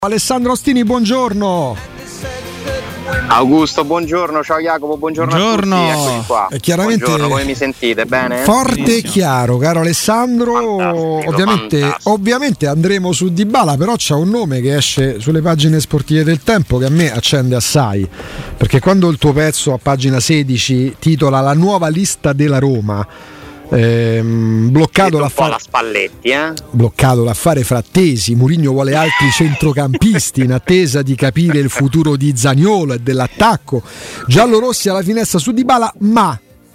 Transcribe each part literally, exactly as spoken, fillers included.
Alessandro Ostini, buongiorno. Augusto, buongiorno, ciao Jacopo, buongiorno, buongiorno. a tutti, eccoci qua. E chiaramente buongiorno, come mi sentite? Bene? Forte e chiaro, caro Alessandro. Fantastico, ovviamente, fantastico. ovviamente andremo su Dybala, però c'è un nome che esce sulle pagine sportive del Tempo che a me accende assai, perché quando il tuo pezzo a pagina sedici titola La nuova lista della Roma, ehm, bloccato l'affare, la Spalletti, eh? bloccato l'affare Frattesi, Mourinho vuole altri centrocampisti in attesa di capire il futuro di Zaniolo e dell'attacco, giallorossi alla finestra su Dybala, ma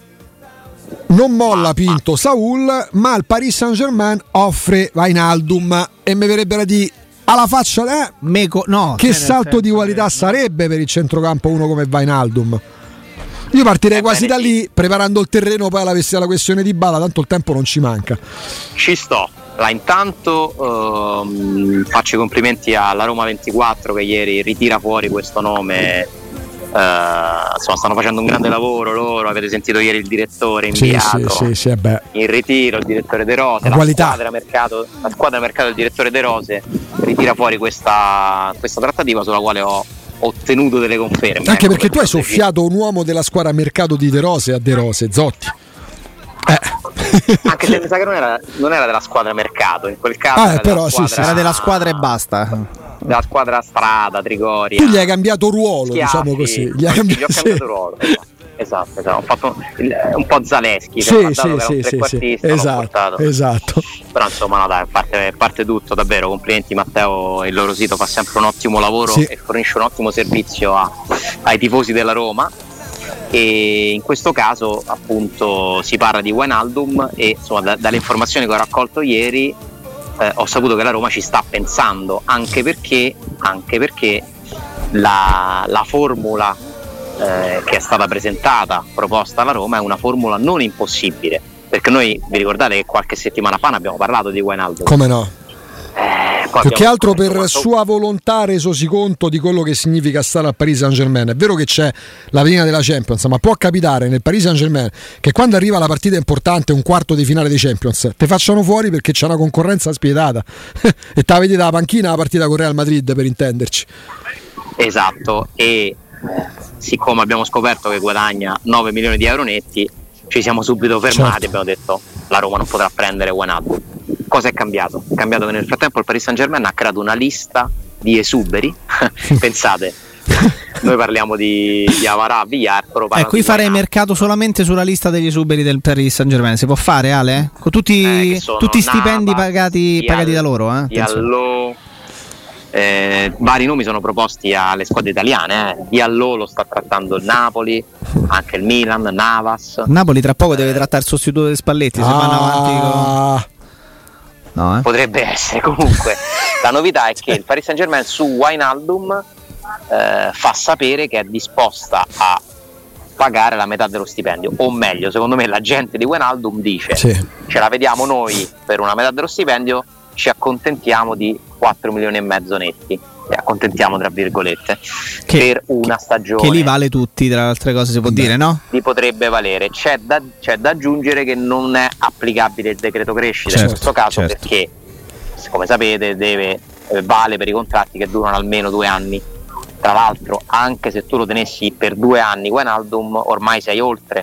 non molla Pinto Saul, ma il Paris Saint-Germain offre Wijnaldum e mi verrebbe da dire alla faccia, eh? Meco, no, che nel salto di senso qualità che- sarebbe per il centrocampo uno come Wijnaldum. Io partirei Eh quasi bene, da lì, preparando il terreno poi alla, alla questione di Dybala, tanto il tempo non ci manca. Ci sto. Là, intanto ehm, faccio i complimenti alla Roma ventiquattro che ieri ritira fuori questo nome. Eh, insomma, stanno facendo un grande lavoro loro. Avete sentito ieri il direttore Sì, inviato sì, sì, sì, eh beh. in ritiro, il direttore De Rose, La la, qualità. squadra mercato, la squadra mercato del direttore De Rose ritira fuori questa, questa trattativa sulla quale ho ottenuto delle conferme. Anche ecco, perché tu hai così. soffiato un uomo della squadra mercato di De Rose a De Rose, Zotti. Eh. Anche se mi sa che non era, non era della squadra mercato, in quel caso Ah, era, però della sì, squadra, sì, Era della squadra e basta. della squadra Strada, Trigoria. Tu gli hai cambiato ruolo, Schiaffi. diciamo così. Gli hai Sì, cambiato, gli ho cambiato ruolo. Esatto, esatto. Ho fatto il- un po' Zaleschi, Sì, cioè, ho sì, dato che era sì, un sì, trequartista, sì. l'ho Esatto, portato. esatto. Però insomma no, dai, a parte, a parte tutto, davvero complimenti Matteo, il loro sito fa sempre un ottimo lavoro Sì. e fornisce un ottimo servizio a- ai tifosi della Roma. E in questo caso appunto si parla di Wijnaldum e insomma da- dalle informazioni che ho raccolto ieri eh, ho saputo che la Roma ci sta pensando, anche perché, anche perché la, la formula eh, che è stata presentata, proposta alla Roma, è una formula non impossibile, perché noi vi ricordate che qualche settimana fa ne abbiamo parlato di Wijnaldum. Come no? Eh, poi Più che abbiamo altro scoperto per quanto- sua volontà resosi conto di quello che significa stare al Paris Saint-Germain. È vero che c'è la vetrina della Champions, ma può capitare nel Paris Saint-Germain che quando arriva la partita importante, un quarto di finale dei Champions, te facciano fuori perché c'è una concorrenza spietata e te la vedi dalla panchina la partita con Real Madrid, per intenderci. Esatto, e eh, siccome abbiamo scoperto che guadagna nove milioni di euro netti, ci siamo subito fermati Certo. e abbiamo detto la Roma non potrà prendere Wijnaldum. Cosa è cambiato? È cambiato che nel frattempo il Paris Saint-Germain ha creato una lista di esuberi. Pensate, noi parliamo di, di Avarà, Villar, loro Eh, parlano qui di farei Wijnaldum. mercato solamente sulla lista degli esuberi del Paris Saint-Germain. Si può fare, Ale? Con tutti, Eh, che sono tutti stipendi Navas, pagati, Diallo, pagati da loro, eh? Attenzione. Diallo, eh, vari nomi sono proposti alle squadre italiane. Eh. Diallo lo sta trattando il Napoli, anche il Milan, Navas. Napoli tra poco deve trattare il sostituto dei Spalletti. Se vanno avanti con... Ah, No, eh? Potrebbe essere. Comunque la novità è che il Paris Saint-Germain su Wijnaldum eh, fa sapere che è disposta a pagare la metà dello stipendio, o meglio, secondo me l'agente di Wijnaldum dice sì. ce la vediamo noi per una metà dello stipendio, ci accontentiamo di quattro milioni e mezzo netti, e accontentiamo tra virgolette, Che- per una stagione. Che li vale tutti, tra le altre cose si può Beh. dire, no? Li potrebbe valere. C'è da, c'è da aggiungere che non è applicabile il decreto crescita Certo, in questo caso, certo. perché come sapete deve, eh, vale per i contratti che durano almeno due anni. Tra l'altro, anche se tu lo tenessi per due anni Wijnaldum, ormai sei oltre,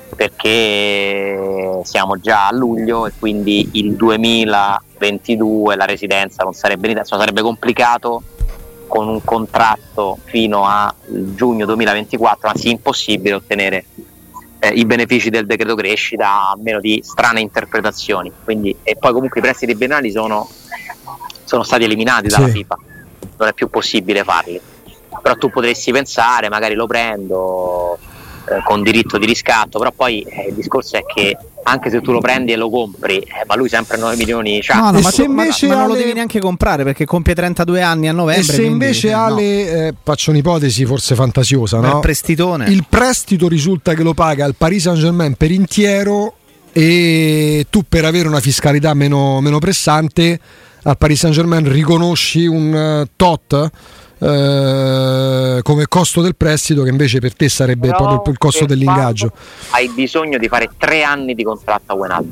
perché siamo già a luglio e quindi il duemilaventidue la residenza non sarebbe in Italia, insomma, sarebbe complicato con un contratto fino a giugno duemilaventiquattro, anzi impossibile ottenere eh, i benefici del decreto crescita, a meno di strane interpretazioni. Quindi, e poi comunque i prestiti biennali sono, sono stati eliminati dalla Sì. FIFA, non è più possibile farli. Però tu potresti pensare, magari lo prendo eh, con diritto di riscatto, però poi eh, il discorso è che anche se tu lo prendi e lo compri, eh, ma lui sempre nove milioni c'ha. No, no, E ma, se tu- ma- invece ma non lo Ale- devi neanche comprare perché compie trentadue anni a novembre. E se quindi, invece eh, no. Ale, eh, faccio un'ipotesi forse fantasiosa, Bel no? prestitone. Il prestito risulta che lo paga il Paris Saint-Germain per intero e tu per avere una fiscalità meno, meno pressante al Paris Saint-Germain riconosci un uh, tot eh, come costo del prestito, che invece per te sarebbe Però proprio il costo per dell'ingaggio. farlo hai bisogno di fare tre anni di contratto a Wijnaldum,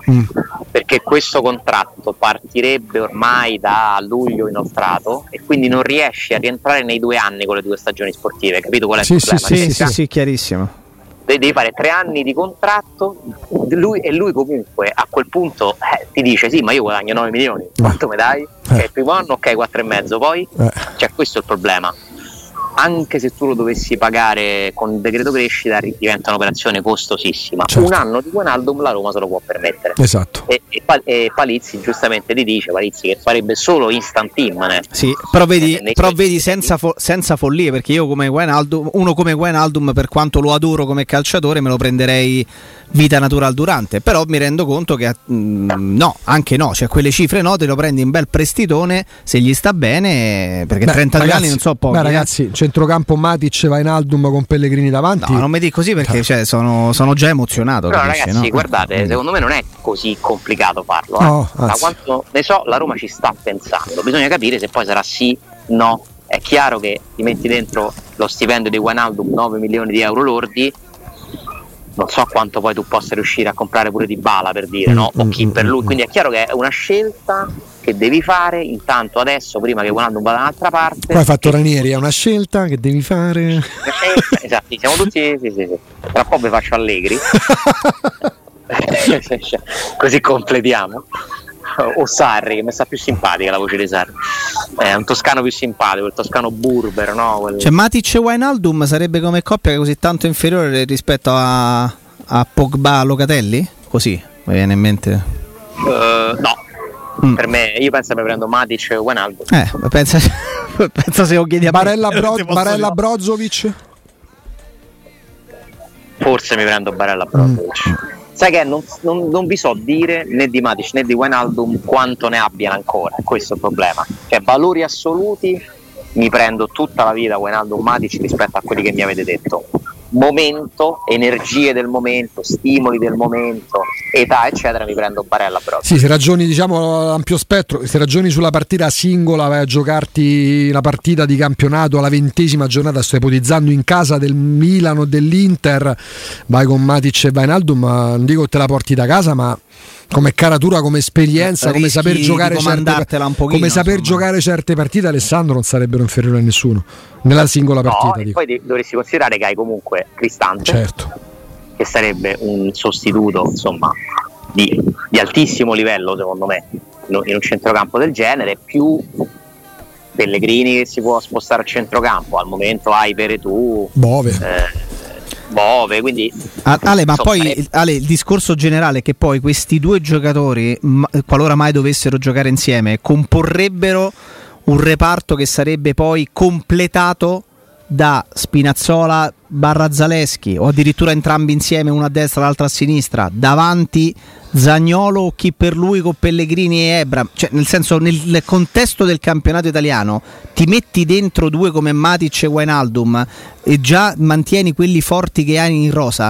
mm. perché questo contratto partirebbe ormai da luglio inoltrato e quindi non riesci a rientrare nei due anni con le due stagioni sportive, capito qual è sì, il problema? Sì, sì, sì, sì, sì, chiarissimo. Devi fare tre anni di contratto lui, e lui comunque a quel punto eh, ti dice sì, ma io guadagno nove milioni, quanto mi dai? Eh. Okay, il primo anno ok, quattro e mezzo, poi eh. cioè questo è il problema. Anche se tu lo dovessi pagare con il decreto crescita diventa un'operazione costosissima. Certo. Un anno di Wijnaldum la Roma se lo può permettere. Esatto. E, e, e Palizzi giustamente ti dice Palizzi che farebbe solo instant team. Eh. Sì, però vedi, eh, però vedi senza, fo- senza follie, perché io come Wijnaldum, uno come Wijnaldum, per quanto lo adoro come calciatore, me lo prenderei vita natural durante, però mi rendo conto che mh, no, anche no, cioè quelle cifre no, te lo prendi in bel prestitone se gli sta bene, perché beh, trentadue ragazzi, anni non so pochi. Beh ragazzi, eh. centrocampo Matic, Wijnaldum con Pellegrini davanti. No, non mi dici così perché cioè, sono, sono già emozionato. Però capisci, ragazzi, no? guardate, mm. secondo me non è così complicato farlo. Eh. No, da quanto ne so, la Roma ci sta pensando. Bisogna capire se poi sarà sì, no. È chiaro che ti metti dentro lo stipendio di Wijnaldum nove milioni di euro lordi. Non so quanto poi tu possa riuscire a comprare pure Dybala, per dire, no? O chi per lui, quindi è chiaro che è una scelta che devi fare intanto adesso, prima che Wijnaldum vada da un'altra parte. Poi hai fatto Ranieri, è una scelta che devi fare. Esatto, siamo tutti sì, sì, sì. Tra poco vi faccio Allegri così completiamo. O Sarri, che mi sta più simpatica la voce di Sarri, è un toscano più simpatico, il toscano Burber, no? Quel... Cioè Matic e Wijnaldum sarebbe come coppia così tanto inferiore rispetto a, a Pogba Locatelli? Così mi viene in mente. Uh, no, mm. per me io penso che mi prendo Matic e Wijnaldum. Eh, pensa, pensa se lo chiedi a Barella, me. Bro- Barella Brozovic. Forse mi prendo Barella Brozovic. Mm. Sai che non, non, non vi so dire né di Matic né di Wijnaldum quanto ne abbiano ancora, questo è il problema. Cioè valori assoluti mi prendo tutta la vita Wijnaldum Matic rispetto a quelli che mi avete detto. Momento, energie del momento, stimoli del momento, età eccetera, mi prendo Barella Brozovic. Sì, se ragioni diciamo ampio spettro, se ragioni sulla partita singola, vai a giocarti la partita di campionato alla ventesima giornata, sto ipotizzando in casa del Milan o dell'Inter, vai con Matic e Wijnaldum, non dico che te la porti da casa, ma come caratura, come esperienza, come saper giocare certe, un pochino, come saper giocare certe partite, Alessandro, non sarebbero inferiori a nessuno nella singola partita. No, e dico. poi dovresti considerare che hai comunque Cristante, certo, che sarebbe un sostituto insomma di, di altissimo livello secondo me in un centrocampo del genere, più Pellegrini che si può spostare al centrocampo. Al momento hai Veretù, Bove, eh, Bove, quindi Ale, ma poi sarebbe... Ale, il discorso generale è che poi questi due giocatori, qualora mai dovessero giocare insieme, comporrebbero un reparto che sarebbe poi completato da Spinazzola barra Zaleschi, o addirittura entrambi insieme, uno a destra l'altro a sinistra, davanti Zaniolo o chi per lui con Pellegrini e Ebram, cioè nel senso, nel, nel contesto del campionato italiano ti metti dentro due come Matic e Wijnaldum e già mantieni quelli forti che hai in rosa.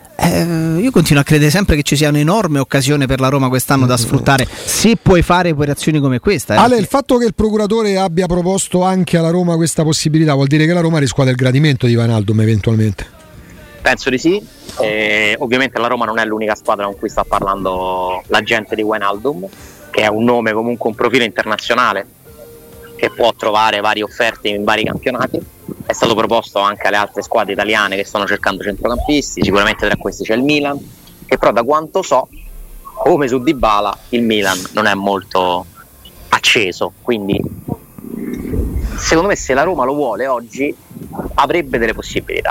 Eh, io continuo a credere sempre che ci sia un'enorme occasione per la Roma quest'anno da sfruttare, se puoi fare operazioni come questa. Eh. Ale, il fatto che il procuratore abbia proposto anche alla Roma questa possibilità vuol dire che la Roma riscuote il gradimento di Wijnaldum eventualmente? Penso di sì. Eh, ovviamente la Roma non è l'unica squadra con cui sta parlando la gente di Wijnaldum, che è un nome, comunque un profilo internazionale che può trovare varie offerte in vari campionati. È stato proposto anche alle altre squadre italiane che stanno cercando centrocampisti, sicuramente tra questi c'è il Milan, che però da quanto so, come su Dybala, il Milan non è molto acceso, quindi secondo me se la Roma lo vuole oggi avrebbe delle possibilità.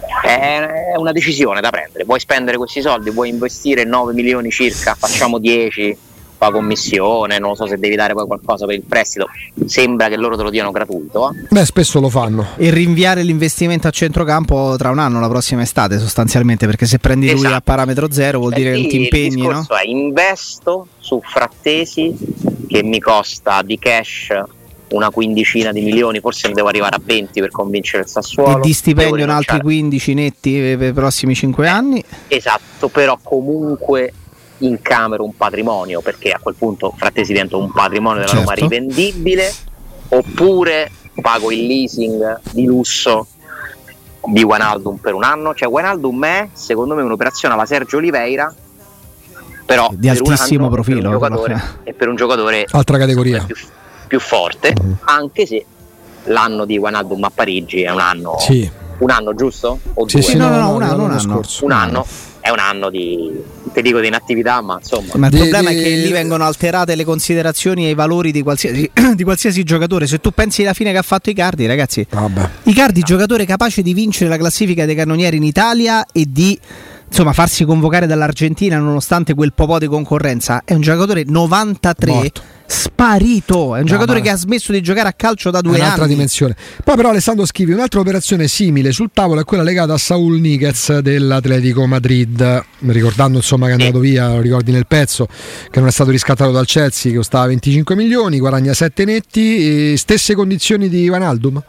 È una decisione da prendere, vuoi spendere questi soldi, vuoi investire nove milioni circa, facciamo dieci, la commissione, non so se devi dare poi qualcosa per il prestito, sembra che loro te lo diano gratuito. Eh? Beh, spesso lo fanno. E rinviare l'investimento a centrocampo tra un anno, la prossima estate sostanzialmente, perché se prendi esatto. lui a parametro zero vuol dire che non ti impegni, il no? È investo su Frattesi che mi costa di cash una quindicina di milioni, forse ne devo arrivare a venti per convincere il Sassuolo, e di stipendio un altri quindici netti per i prossimi cinque anni. Esatto, però comunque incamero un patrimonio, perché a quel punto Frattesi diventa un patrimonio della Roma, certo, rivendibile, oppure pago il leasing di lusso di Wijnaldum per un anno. Cioè Wijnaldum è secondo me un'operazione alla Sergio Oliveira però di altissimo profilo, per un giocatore, e per un giocatore altra categoria più, più forte, uh-huh. anche se l'anno di Wijnaldum a Parigi è un anno, sì. un anno giusto? O sì, due? Sì, no, no, no, un anno, un anno. Scorso. Un anno. È un anno di, te dico, di inattività, ma insomma. Ma il di, problema di, è che lì vengono alterate le considerazioni e i valori di qualsiasi, di qualsiasi giocatore. Se tu pensi alla fine che ha fatto Icardi, ragazzi, vabbè. Icardi, giocatore capace di vincere la classifica dei cannonieri in Italia e di insomma farsi convocare dall'Argentina nonostante quel po' di concorrenza, è un giocatore novantatré morto. Sparito, è un no, giocatore ma... che ha smesso di giocare a calcio da due è anni. un'altra dimensione. Poi però Alessandro scrive un'altra operazione simile sul tavolo è quella legata a Saul Niguez dell'Atletico Madrid, ricordando insomma che è andato via, lo ricordi nel pezzo, che non è stato riscattato dal Chelsea, che costava venticinque milioni, guadagna sette netti, e stesse condizioni di Wijnaldum?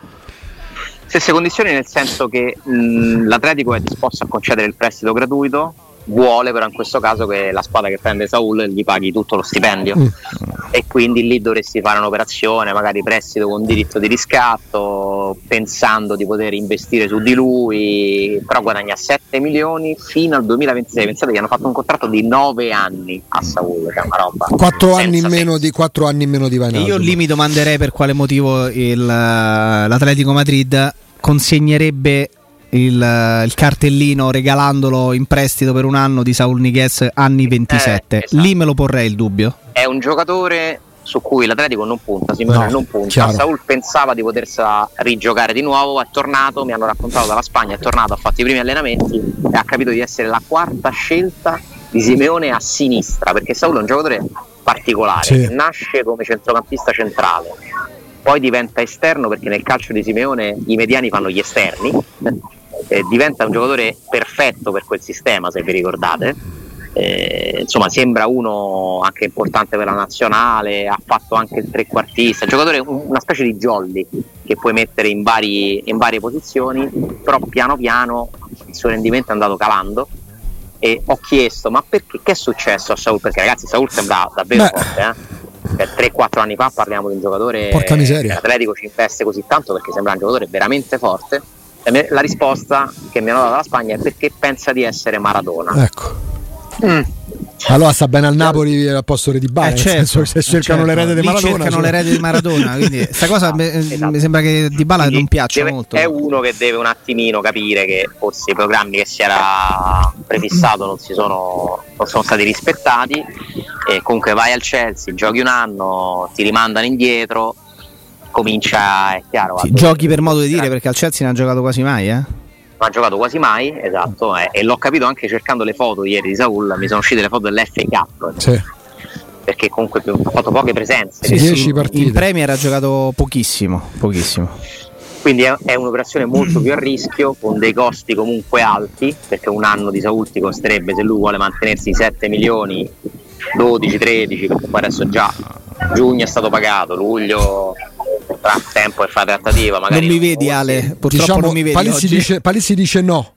Stesse condizioni, nel senso che mh, l'Atletico è disposto a concedere il prestito gratuito, vuole però in questo caso che la squadra che prende Saul gli paghi tutto lo stipendio mm. e quindi lì dovresti fare un'operazione, magari prestito con diritto di riscatto, pensando di poter investire su di lui, però guadagna sette milioni fino al duemilaventisei. Pensate che hanno fatto un contratto di nove anni a Saul, che è una roba quattro anni in meno di quattro anni in meno di Wijnaldum. Io lì mi domanderei per quale motivo il, l'Atletico Madrid consegnerebbe Il, il cartellino regalandolo in prestito per un anno di Saul Niguez anni ventisette. Eh, esatto. Lì me lo porrei il dubbio. È un giocatore su cui l'Atletico non punta, Simeone no, non punta. Chiaro. Saul pensava di potersela rigiocare di nuovo, è tornato, mi hanno raccontato dalla Spagna, è tornato, ha fatto i primi allenamenti e ha capito di essere la quarta scelta di Simeone a sinistra, perché Saul è un giocatore particolare, sì. nasce come centrocampista centrale, poi diventa esterno perché nel calcio di Simeone i mediani fanno gli esterni. Eh, diventa un giocatore perfetto per quel sistema, se vi ricordate. Eh, insomma, sembra uno anche importante per la nazionale, ha fatto anche il trequartista, un giocatore, una specie di jolly che puoi mettere in, vari, in varie posizioni, però piano piano il suo rendimento è andato calando e ho chiesto ma perché, che è successo a Saul? Perché ragazzi, Saul sembra davvero Beh. forte, eh? Per tre quattro anni fa parliamo di un giocatore Porca miseria. l'Atletico ci investe così tanto perché sembra un giocatore veramente forte. La risposta che mi hanno dato dalla Spagna è perché pensa di essere Maradona. Ecco. Mm. Allora sta bene al Napoli al posto di Dybala, eh certo, nel senso che se cercano certo. l'erede di Maradona, cercano cioè... l'erede di Maradona, quindi sta cosa esatto, mi, esatto. mi sembra che Dybala non piaccia deve, molto. È uno che deve un attimino capire che forse i programmi che si era prefissato non si sono non sono stati rispettati e comunque vai al Chelsea, giochi un anno, ti rimandano indietro, comincia, è chiaro. Sì, giochi per modo di dire, perché al Chelsea non ha giocato quasi mai, eh? Non ha giocato quasi mai, esatto, eh, e l'ho capito anche cercando le foto ieri di Saul, mi sono uscite le foto dell'F A Cup. Sì. Perché comunque ha fatto poche presenze. Sì, dieci sì, partite. in Premier ha giocato pochissimo, pochissimo. Quindi è, è un'operazione molto più a rischio, con dei costi comunque alti, perché un anno di Saul ti costerebbe, se lui vuole mantenersi, sette milioni, dodici, tredici, perché poi adesso già giugno è stato pagato, luglio tra tempo e fa trattativa. Magari non mi vedi Ale, purtroppo diciamo, non mi vedi Palizzi oggi. dice, Palizzi dice no.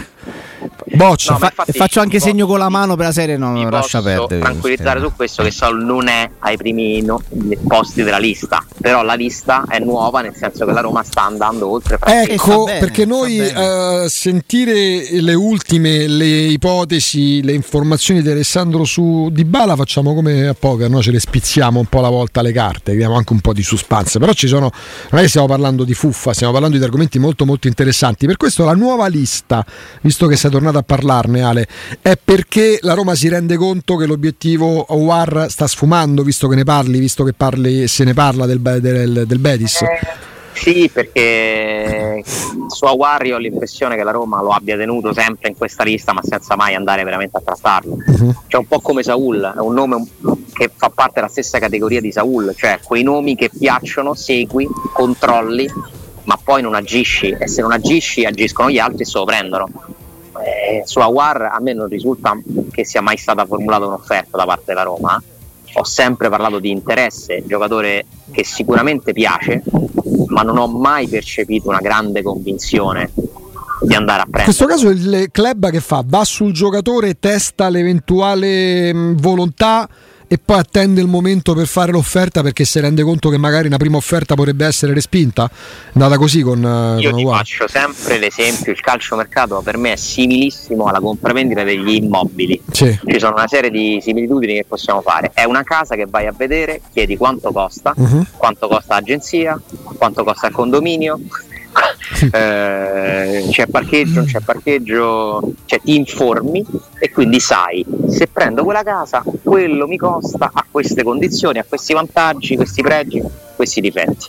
Boccia. No, Fa- infatti, faccio anche posso, segno con la mano per la serie, no, mi lascia posso perdere. tranquillizzare su questo, che Saul non è ai primi no, posti della lista, però la lista è nuova, nel senso che la Roma sta andando oltre. Ecco, bene, perché noi uh, sentire le ultime, le ipotesi, le informazioni di Alessandro su Dybala facciamo come a poker, no? Ce le spizziamo un po' alla volta le carte, diamo anche un po' di suspense, però ci sono, non è che stiamo parlando di fuffa, stiamo parlando di argomenti molto molto interessanti. Per questo la nuova lista, visto che sei tornato a parlarne Ale, è perché la Roma si rende conto che l'obiettivo Aouar sta sfumando, visto che ne parli, visto che parli, se ne parla del, del, del Betis. Sì, perché su Aouar io ho l'impressione che la Roma lo abbia tenuto sempre in questa lista, ma senza mai andare veramente a trattarlo. Uh-huh. Cioè un po' come Saul, è un nome che fa parte della stessa categoria di Saul, cioè quei nomi che piacciono, segui, controlli, ma poi non agisci, e se non agisci agiscono gli altri e se lo prendono. Eh, su Aouar a me non risulta che sia mai stata formulata un'offerta da parte della Roma. Ho sempre parlato di interesse, giocatore che sicuramente piace, ma non ho mai percepito una grande convinzione di andare a prendere. In questo caso il club che fa? Va sul giocatore, testa l'eventuale mh, volontà e poi attende il momento per fare l'offerta perché si rende conto che magari una prima offerta potrebbe essere respinta? È andata così con Io con ti Aouar. faccio sempre l'esempio, il calciomercato per me è similissimo alla compravendita degli immobili. Sì. Ci sono una serie di similitudini che possiamo fare. È una casa che vai a vedere, chiedi quanto costa, Uh-huh. quanto costa l'agenzia, quanto costa il condominio, eh, c'è parcheggio, non c'è parcheggio, cioè ti informi e quindi sai, se prendo quella casa quello mi costa a queste condizioni, a questi vantaggi, questi pregi, questi difetti.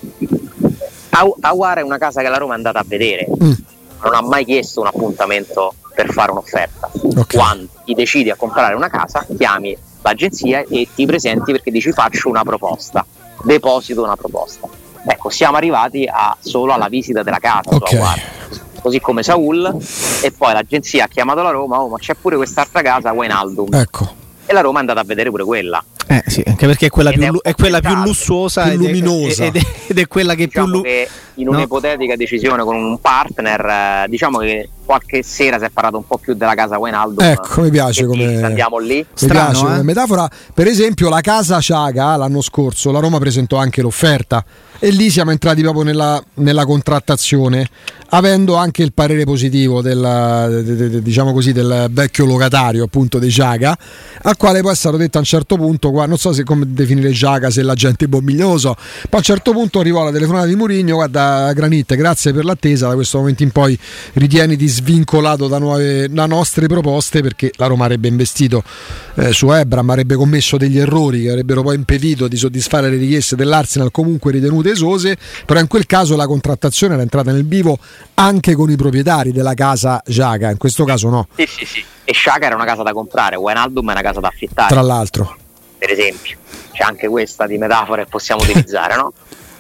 Aouar è una casa che la Roma è andata a vedere, Mm. non ha mai chiesto un appuntamento per fare un'offerta. Ok. Quando ti decidi a comprare una casa, chiami l'agenzia e ti presenti perché dici faccio una proposta, deposito una proposta. Ecco, siamo arrivati a, solo alla visita della casa, Ok. su Aouar. Così come Saul, e poi l'agenzia ha chiamato la Roma, oh ma c'è pure quest'altra casa, Wijnaldum, Ecco. e la Roma è andata a vedere pure quella. Eh sì, anche perché è quella, Ed più, è lu- un è quella più peccato. lussuosa Più ed è- luminosa. ed è, ed è quella che Diciamo più lu- che in no? un'ipotetica decisione con un partner, eh, diciamo che qualche sera si è parlato un po' più della casa Wijnaldum. Ecco, mi piace Che come- dici, andiamo lì. Mi Strano, piace eh? come metafora. Per esempio la casa Ciaga l'anno scorso la Roma presentò anche l'offerta e lì siamo entrati proprio nella, nella contrattazione, avendo anche il parere positivo del, de- de- de- diciamo così, del vecchio locatario appunto di Ciaga, al quale poi è stato detto a un certo punto, qua, non so se come definire Ciaga, se l'agente bombiglioso, poi a un certo punto arrivò la telefonata di Mourinho: guarda Granit, grazie per l'attesa, da questo momento in poi ritieniti svincolato da, nuove, da nostre proposte, perché la Roma avrebbe investito eh, su Ebram, avrebbe commesso degli errori che avrebbero poi impedito di soddisfare le richieste dell'Arsenal, comunque ritenute esose, però in quel caso la contrattazione era entrata nel vivo anche con i proprietari della casa Ciaga, in questo caso no, Sì, sì, sì. E Xhaka era una casa da comprare, Wijnaldum è una casa da affittare, tra l'altro. per esempio. C'è anche questa di metafora che possiamo utilizzare, no?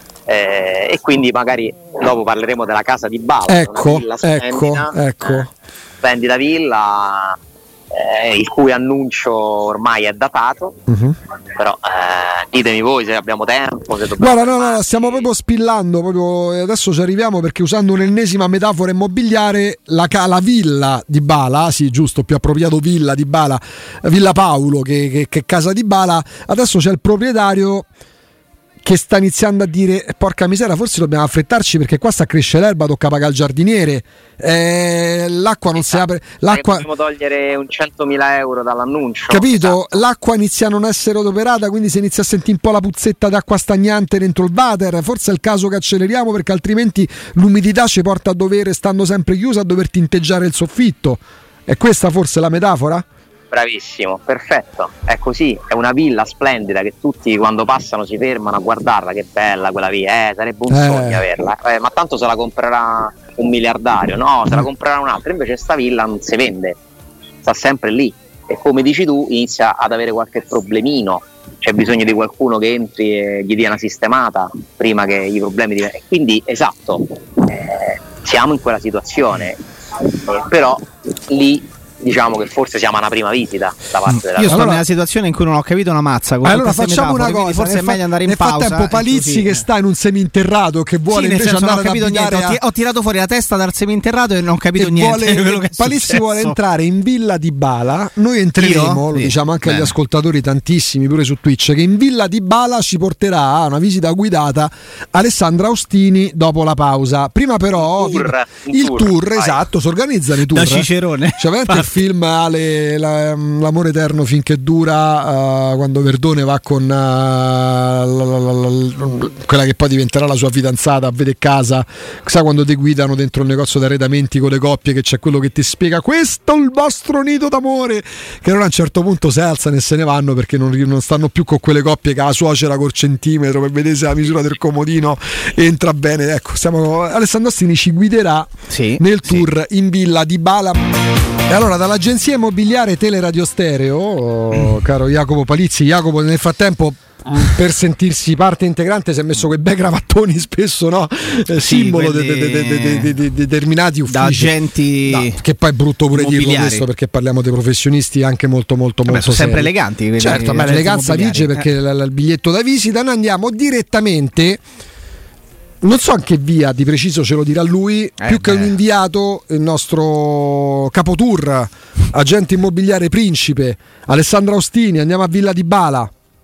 Eh, e quindi magari dopo parleremo della casa di Bala, Ecco, una villa splendida, ecco, ecco. eh, splendida villa, eh, il cui annuncio ormai è datato, Uh-huh. però eh, ditemi voi se abbiamo tempo, se dobbiamo Guarda, no, no, fermarci. stiamo proprio spillando, proprio, e adesso ci arriviamo perché usando un'ennesima metafora immobiliare, la, ca- la villa di Bala, sì giusto, più appropriato villa di Bala, Villa Paulo che, che, che casa di Bala, adesso c'è il proprietario che sta iniziando a dire porca misera, forse dobbiamo affrettarci perché qua sta a crescere l'erba, tocca pagare il giardiniere, eh, l'acqua non si apre, l'acqua... Dobbiamo togliere un centomila euro dall'annuncio, Capito? esatto. L'acqua inizia a non essere adoperata, quindi si inizia a sentire un po' la puzzetta d'acqua stagnante dentro il water. Forse è il caso che acceleriamo perché altrimenti l'umidità ci porta a dover, stando sempre chiusa, a dover tinteggiare il soffitto. È questa forse la metafora? Bravissimo, perfetto, è così, è una villa splendida che tutti quando passano si fermano a guardarla, che bella quella villa, eh, sarebbe un Eh. sogno averla, eh, ma tanto se la comprerà un miliardario, no, se la comprerà un altro, invece sta villa non si vende, sta sempre lì e come dici tu inizia ad avere qualche problemino, c'è bisogno di qualcuno che entri e gli dia una sistemata prima che i problemi diventino, quindi esatto, eh, siamo in quella situazione, eh, però lì diciamo che forse siamo a una prima visita da parte della Io sto Allora- nella situazione in cui non ho capito una mazza con Allora tutte queste facciamo una metafore, cosa, quindi forse nel, è meglio fa- andare in nel pausa. frattempo eh, Palizzi così. che sta in un seminterrato che vuole Sì, nel invece senso, non ho andare ad capito niente, abbinare ho, ti- a... ho tirato fuori la testa dal seminterrato e non ho capito e niente vuole- di quello che è Palizzi successo. vuole entrare in villa di Bala. Noi entreremo, Io? lo Sì. diciamo anche agli Bene. ascoltatori tantissimi pure su Twitch, che in villa di Bala ci porterà a una visita guidata Alessandra Austini dopo la pausa. Prima però Un tour, un il tour, tour, vai. esatto, si organizzano i tour. Da Cicerone. C'è veramente il film Ale, la- l'amore eterno finché dura, uh, quando Verdone va con uh, la, la, la, la, quella che poi diventerà la sua fidanzata a vedere casa, sai quando ti guidano dentro un negozio di arredamenti con le coppie, che c'è quello che ti spiega questo è il vostro nido d'amore, che allora a un certo punto si alzano e se ne vanno perché non, non stanno più con quelle coppie che ha la suocera col centimetro per vedere se la misura del comodino entra bene. Ecco, stiamo, Alessandro Ostini ci guiderà Sì, nel sì. tour in villa di Bala. E allora dall'agenzia immobiliare Teleradio Stereo, oh, caro Jacopo Palizzi, Jacopo nel frattempo per sentirsi parte integrante si è messo quei bei cravattoni spesso, no? Eh, Sì, simbolo di quelli- de- de- de- de- de- de- determinati uffici. Da agenti Da- che poi è brutto pure dirlo immobiliari. questo perché parliamo di professionisti anche molto molto Vabbè, molto sono sempre seri. eleganti quelli- Certo, ma agenti l'eleganza immobiliari. vige perché l- l- il biglietto da visita. Noi andiamo direttamente, non so anche via di preciso, ce lo dirà lui, Eh, più che beh. un inviato, il nostro capotour, agente immobiliare principe Alessandro Austini. Andiamo a Villa di Bala.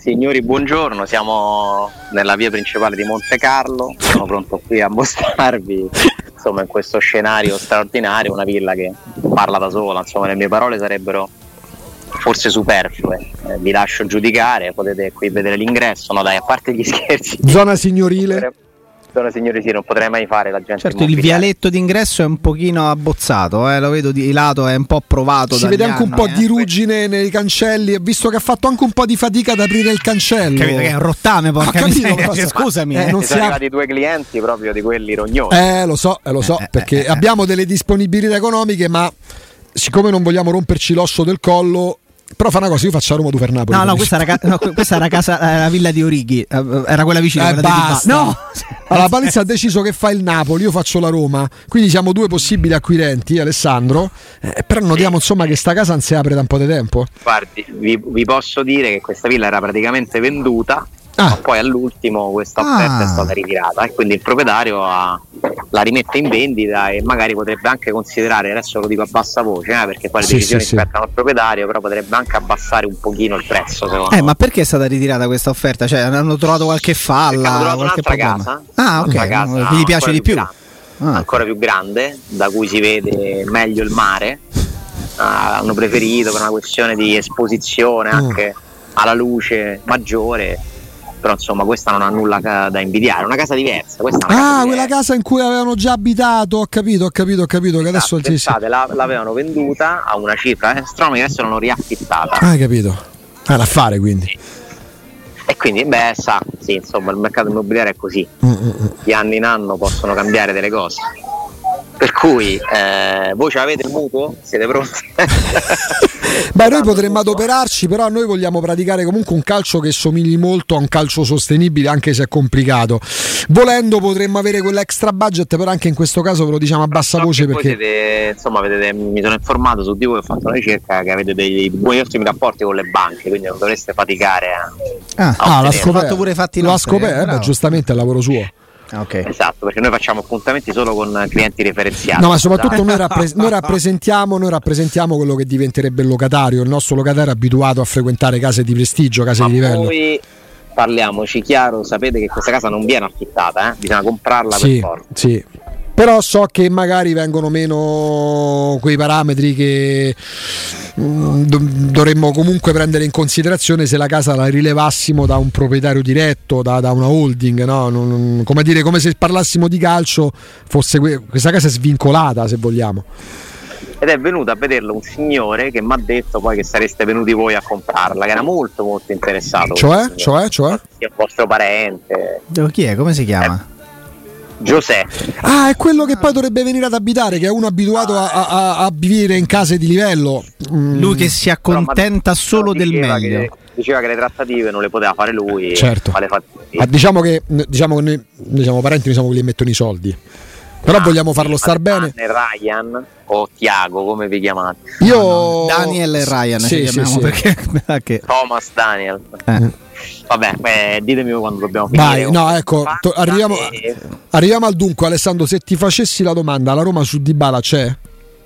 Signori, buongiorno, siamo nella via principale di Monte Carlo, sono pronto qui a mostrarvi insomma in questo scenario straordinario una villa che parla da sola, insomma le mie parole sarebbero forse superflue, eh, vi lascio giudicare, potete qui vedere l'ingresso, no dai, a parte gli scherzi. Zona signorile. Zona signori sì, non potrei mai fare la gente. Certo, il vialetto d'ingresso è un pochino abbozzato, eh, lo vedo di lato, è un po' provato. Si vede anche anni, un po' eh. di ruggine nei cancelli, visto che ha fatto anche un po' di fatica ad aprire il cancello. Capito che è un rottame, porca capito, miseria, cosa- scusami. Eh, eh. non Ci si sono ha- arrivati due clienti proprio di quelli rognosi. Eh, lo so, eh, lo so, Eh, perché eh, eh. abbiamo delle disponibilità economiche, ma siccome non vogliamo romperci l'osso del collo, però fa una cosa, io faccio a Roma, tu per Napoli. No, no, questa era, ca- no, questa era casa, era la villa di Orighi, eh, era quella vicina. Eh, quella di basta. Dybala. No, Allora, Palizza ha deciso che fa il Napoli, io faccio la Roma, quindi siamo due possibili acquirenti, Alessandro, eh, però notiamo insomma che sta casa non si apre da un po' di tempo. Guardi, vi, vi posso dire che questa villa era praticamente venduta, Ah. ma poi all'ultimo questa offerta Ah. è stata ritirata e quindi il proprietario ha- la rimette in vendita e magari potrebbe anche considerare, adesso lo dico a bassa voce, eh, perché poi le Sì, decisioni sì, sì. spettano al proprietario, però potrebbe anche abbassare un pochino il prezzo, secondo Eh, me. ma perché è stata ritirata questa offerta? Cioè, hanno trovato qualche falla, Perché hanno trovato qualche un'altra problema? casa, Ah, ok, un'altra casa che gli piace ancora di più. grande, Ah. ancora più grande, da cui si vede meglio il mare. Ah, hanno preferito per una questione di esposizione anche alla luce maggiore, però insomma questa non ha nulla ca- da invidiare, è una casa diversa. Questa è una Ah, casa quella diversa. casa in cui avevano già abitato, ho capito, ho capito, ho capito, che adesso Esatto, sì, sì. pensate, la- l'avevano venduta a una cifra astronomica, adesso l'hanno riaffittata. Ah, hai capito. Ah, da fare quindi. E quindi, beh, sa, sì, insomma, il mercato immobiliare è così. Mm, mm, mm. Di anno in anno possono cambiare delle cose. Per cui, eh, voi ce l'avete il mutuo? Siete pronti? Beh, noi potremmo adoperarci, però noi vogliamo praticare comunque un calcio che somigli molto a un calcio sostenibile, anche se è complicato. Volendo potremmo avere quell'extra budget, però anche in questo caso ve lo diciamo a bassa So voce che voi perché siete, insomma, vedete, mi sono informato su di voi, ho fatto una ricerca che avete dei buoni ottimi rapporti con le banche, quindi non dovreste faticare a, Ah, a Ah, l'ha ottenere. scoperto, fatto pure i fatti l'ha nostri, scoperto, eh, eh, beh, bravo. giustamente è il lavoro suo. Ah, ok. Esatto, perché noi facciamo appuntamenti solo con clienti referenziati. No, ma soprattutto noi, rappre- noi rappresentiamo, noi rappresentiamo quello che diventerebbe il locatario. Il nostro locatario è abituato a frequentare case di prestigio, case Ma di livello. voi, parliamoci chiaro, sapete che questa casa non viene affittata, eh? Bisogna comprarla Sì, per forza. sì. Però so che magari vengono meno quei parametri che mm, do- dovremmo comunque prendere in considerazione se la casa la rilevassimo da un proprietario diretto, da, da una holding, no? Non- non- come dire, come se parlassimo di calcio, fosse que- questa casa è svincolata, se vogliamo. Ed è venuto a vederlo un signore che mi ha detto poi che sareste venuti voi a comprarla, che era molto molto interessato. Cioè, questo signore. cioè, cioè? Sì, un vostro parente, Chi è? Come si chiama? Giuseppe. Ah, è quello che poi dovrebbe venire ad abitare, che è uno abituato a, a- a vivere in case di livello. Mm, Lui che si accontenta Però, ma- solo no, del diceva meglio. che- diceva che le trattative non le poteva fare lui. Certo. fa le fattine. Ah, diciamo che diciamo che noi diciamo parenti noi siamo quelli che mettono i soldi. Però Ah, vogliamo sì, farlo star fate bene. Anne, Ryan o Tiago, come vi chiamate? Io No, no, Daniel e Ryan Sì, ci sì, chiamiamo sì. perché, perché Thomas Daniel. eh. Vabbè, eh, ditemi quando dobbiamo finire. Vai, no, ecco, to- arriviamo, E- arriviamo al dunque, Alessandro, se ti facessi la domanda, la Roma su Dybala c'è?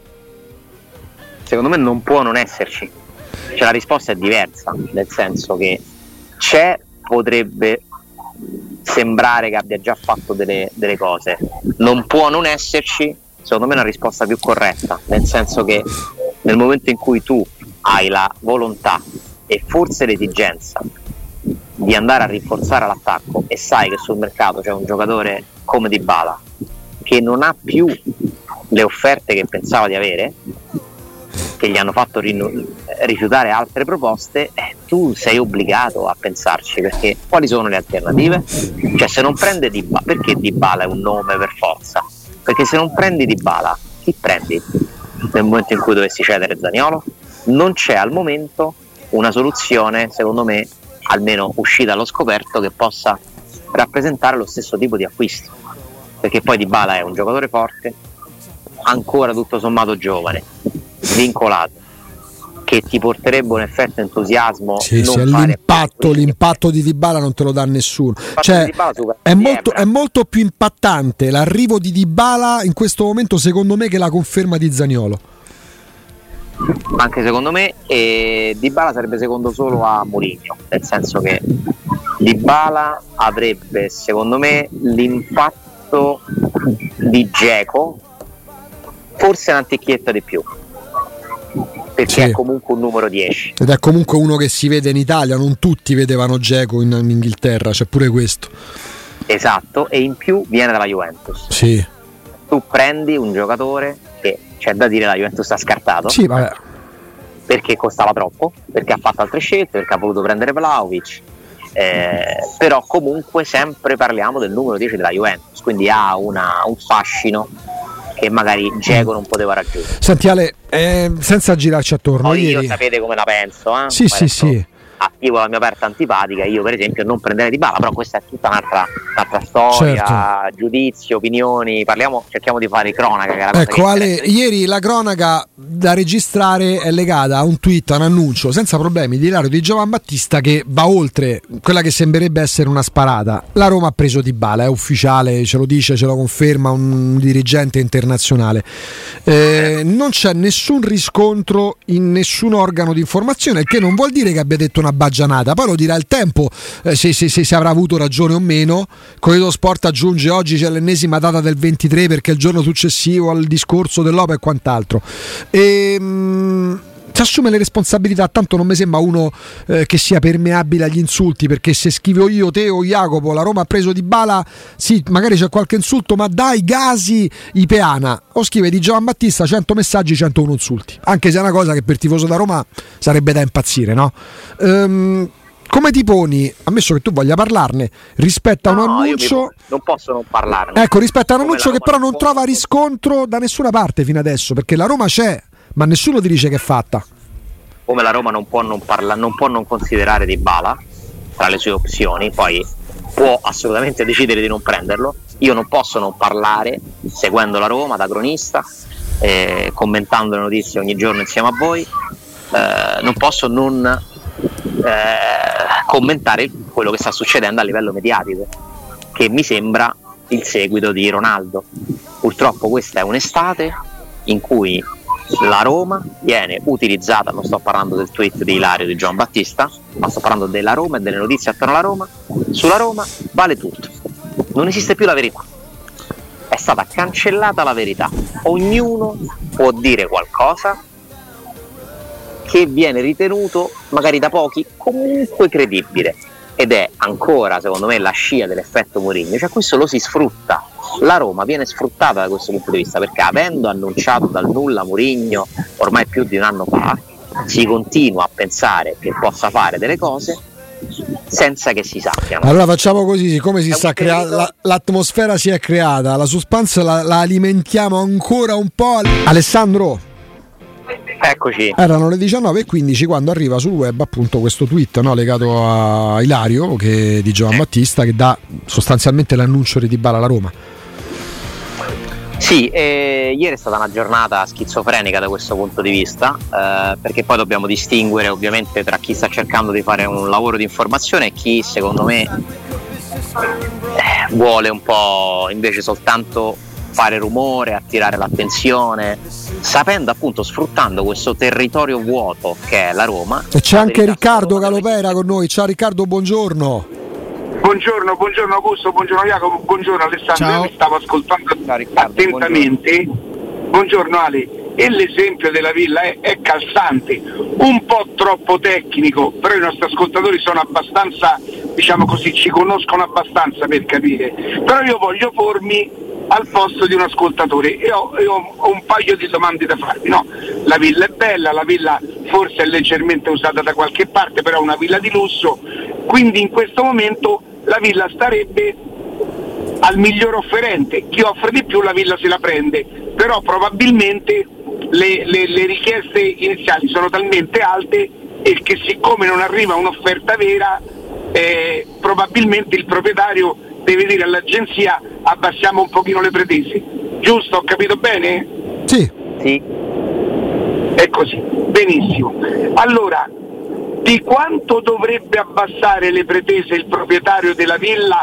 Secondo me non può non esserci. Cioè, la risposta è diversa, nel senso che c'è, potrebbe sembrare che abbia già fatto delle, delle cose. Non può non esserci, secondo me è una risposta più corretta, nel senso che nel momento in cui tu hai la volontà e forse l'esigenza di andare a rinforzare l'attacco e sai che sul mercato c'è un giocatore come Dybala che non ha più le offerte che pensava di avere, che gli hanno fatto rinno- rifiutare altre proposte, eh, tu sei obbligato a pensarci, perché quali sono le alternative? Cioè, se non prende Dybala, perché Dybala è un nome per forza? Perché se non prendi Dybala, chi prendi nel momento in cui dovessi cedere Zaniolo? Non c'è al momento una soluzione, secondo me, almeno uscita allo scoperto, che possa rappresentare lo stesso tipo di acquisto, perché poi Dybala è un giocatore forte, ancora tutto sommato giovane, vincolato, che ti porterebbe un effetto entusiasmo. Sì, non sì, fare l'impatto, acquisti. l'impatto di Dybala non te lo dà nessuno. Cioè, di Dybala supera è di molto, Evra. è molto più impattante l'arrivo di Dybala in questo momento, secondo me, che la conferma di Zaniolo. anche secondo me, e Dybala sarebbe secondo solo a Mourinho, nel senso che Dybala avrebbe secondo me l'impatto di Dzeko, forse un'antichietta di più, perché sì, è comunque un numero dieci ed è comunque uno che si vede in Italia, non tutti vedevano Dzeko in, in Inghilterra, c'è pure questo. Esatto, e in più viene dalla Juventus. Sì. Tu prendi un giocatore che, c'è da dire, la Juventus ha scartato. Sì, vabbè. Perché costava troppo, perché ha fatto altre scelte, perché ha voluto prendere Vlahovic, eh, però comunque sempre parliamo del numero dieci della Juventus, quindi ha una, un fascino che magari Dzeko non poteva raggiungere. Senti Ale, eh, senza girarci attorno, poi ieri... io sapete come la penso, eh? Sì, sì, sì. Attivo la mia parte antipatica, io per esempio non prenderei Dybala, però questa è tutta un'altra, un'altra storia, certo, giudizio, opinioni, parliamo, cerchiamo di fare cronaca. Che è la cosa ecco Ale, ieri la cronaca da registrare è legata a un tweet, a un annuncio senza problemi di Ilario Di Giovanbattista che va oltre quella che sembrerebbe essere una sparata. La Roma ha preso Dybala, è ufficiale, ce lo dice, ce lo conferma un dirigente internazionale. Eh, non c'è nessun riscontro in nessun organo di informazione, il che non vuol dire che abbia detto una baggianata, poi lo dirà il tempo, eh, se, se, se, se avrà avuto ragione o meno. Corriere Sport aggiunge oggi c'è l'ennesima data del ventitré perché è il giorno successivo al discorso dell'Opa e quant'altro, e mh, si assume le responsabilità, tanto non mi sembra uno eh, che sia permeabile agli insulti, perché se scrivo io, te o Jacopo la Roma ha preso Dybala, sì, magari c'è qualche insulto, ma dai Gasi Ipeana, o scrive Di Giovanbattista cento messaggi, centouno insulti, anche se è una cosa che per tifoso da Roma sarebbe da impazzire, no? Ehm, come ti poni, ammesso che tu voglia parlarne, rispetto a un no, annuncio, non posso non parlarne, ecco, rispetto a un annuncio che però non trova riscontro da nessuna parte fino adesso, perché la Roma c'è ma nessuno ti dice che è fatta. Come la Roma non può non, parla, non può non considerare Dybala tra le sue opzioni, poi può assolutamente decidere di non prenderlo. Io non posso non parlare, seguendo la Roma da cronista, eh, commentando le notizie ogni giorno insieme a voi, eh, non posso non eh, commentare quello che sta succedendo a livello mediatico, che mi sembra il seguito di Ronaldo. Purtroppo questa è un'estate in cui la Roma viene utilizzata, non sto parlando del tweet di Ilario Di Giovanbattista, ma sto parlando della Roma e delle notizie attorno alla Roma. Sulla Roma vale tutto, non esiste più la verità, è stata cancellata la verità, ognuno può dire qualcosa che viene ritenuto magari da pochi comunque credibile, ed è ancora secondo me la scia dell'effetto Mourinho, cioè questo lo si sfrutta. La Roma viene sfruttata da questo punto di vista, perché avendo annunciato dal nulla Mourinho ormai più di un anno fa, si continua a pensare che possa fare delle cose senza che si sappiano. Allora facciamo così, siccome si sta creando la, l'atmosfera si è creata, la suspense la, la alimentiamo ancora un po'. Alessandro, eccoci. Erano le diciannove e quindici quando arriva sul web appunto questo tweet, no, legato a Ilario che, di Giovanbattista, che dà sostanzialmente l'annuncio di Dybala alla Roma. Sì, eh, ieri è stata una giornata schizofrenica da questo punto di vista, eh, perché poi dobbiamo distinguere ovviamente tra chi sta cercando di fare un lavoro di informazione e chi secondo me eh, vuole un po' invece soltanto fare rumore, attirare l'attenzione, sapendo appunto, sfruttando questo territorio vuoto che è la Roma. E c'è anche Riccardo Galopera con noi. Ciao Riccardo, buongiorno. Buongiorno, buongiorno Augusto, buongiorno Jacopo, buongiorno Alessandro. Ciao. Io mi stavo ascoltando Ciao, Riccardo, attentamente. Buongiorno. buongiorno Ale. E l'esempio della Villa è, è calzante, un po' troppo tecnico, però i nostri ascoltatori sono abbastanza, diciamo così, ci conoscono abbastanza per capire. Però io voglio pormi al posto di un ascoltatore e ho, e ho, ho un paio di domande da farvi, no? La villa è bella, la villa forse è leggermente usata da qualche parte, però è una villa di lusso, quindi in questo momento la villa starebbe al miglior offerente, chi offre di più la villa se la prende, però probabilmente le, le, le richieste iniziali sono talmente alte e che siccome non arriva un'offerta vera, eh, probabilmente il proprietario deve dire all'agenzia abbassiamo un pochino le pretese. Giusto? Ho capito bene? Sì. Sì. È così. Benissimo. Allora, di quanto dovrebbe abbassare le pretese il proprietario della villa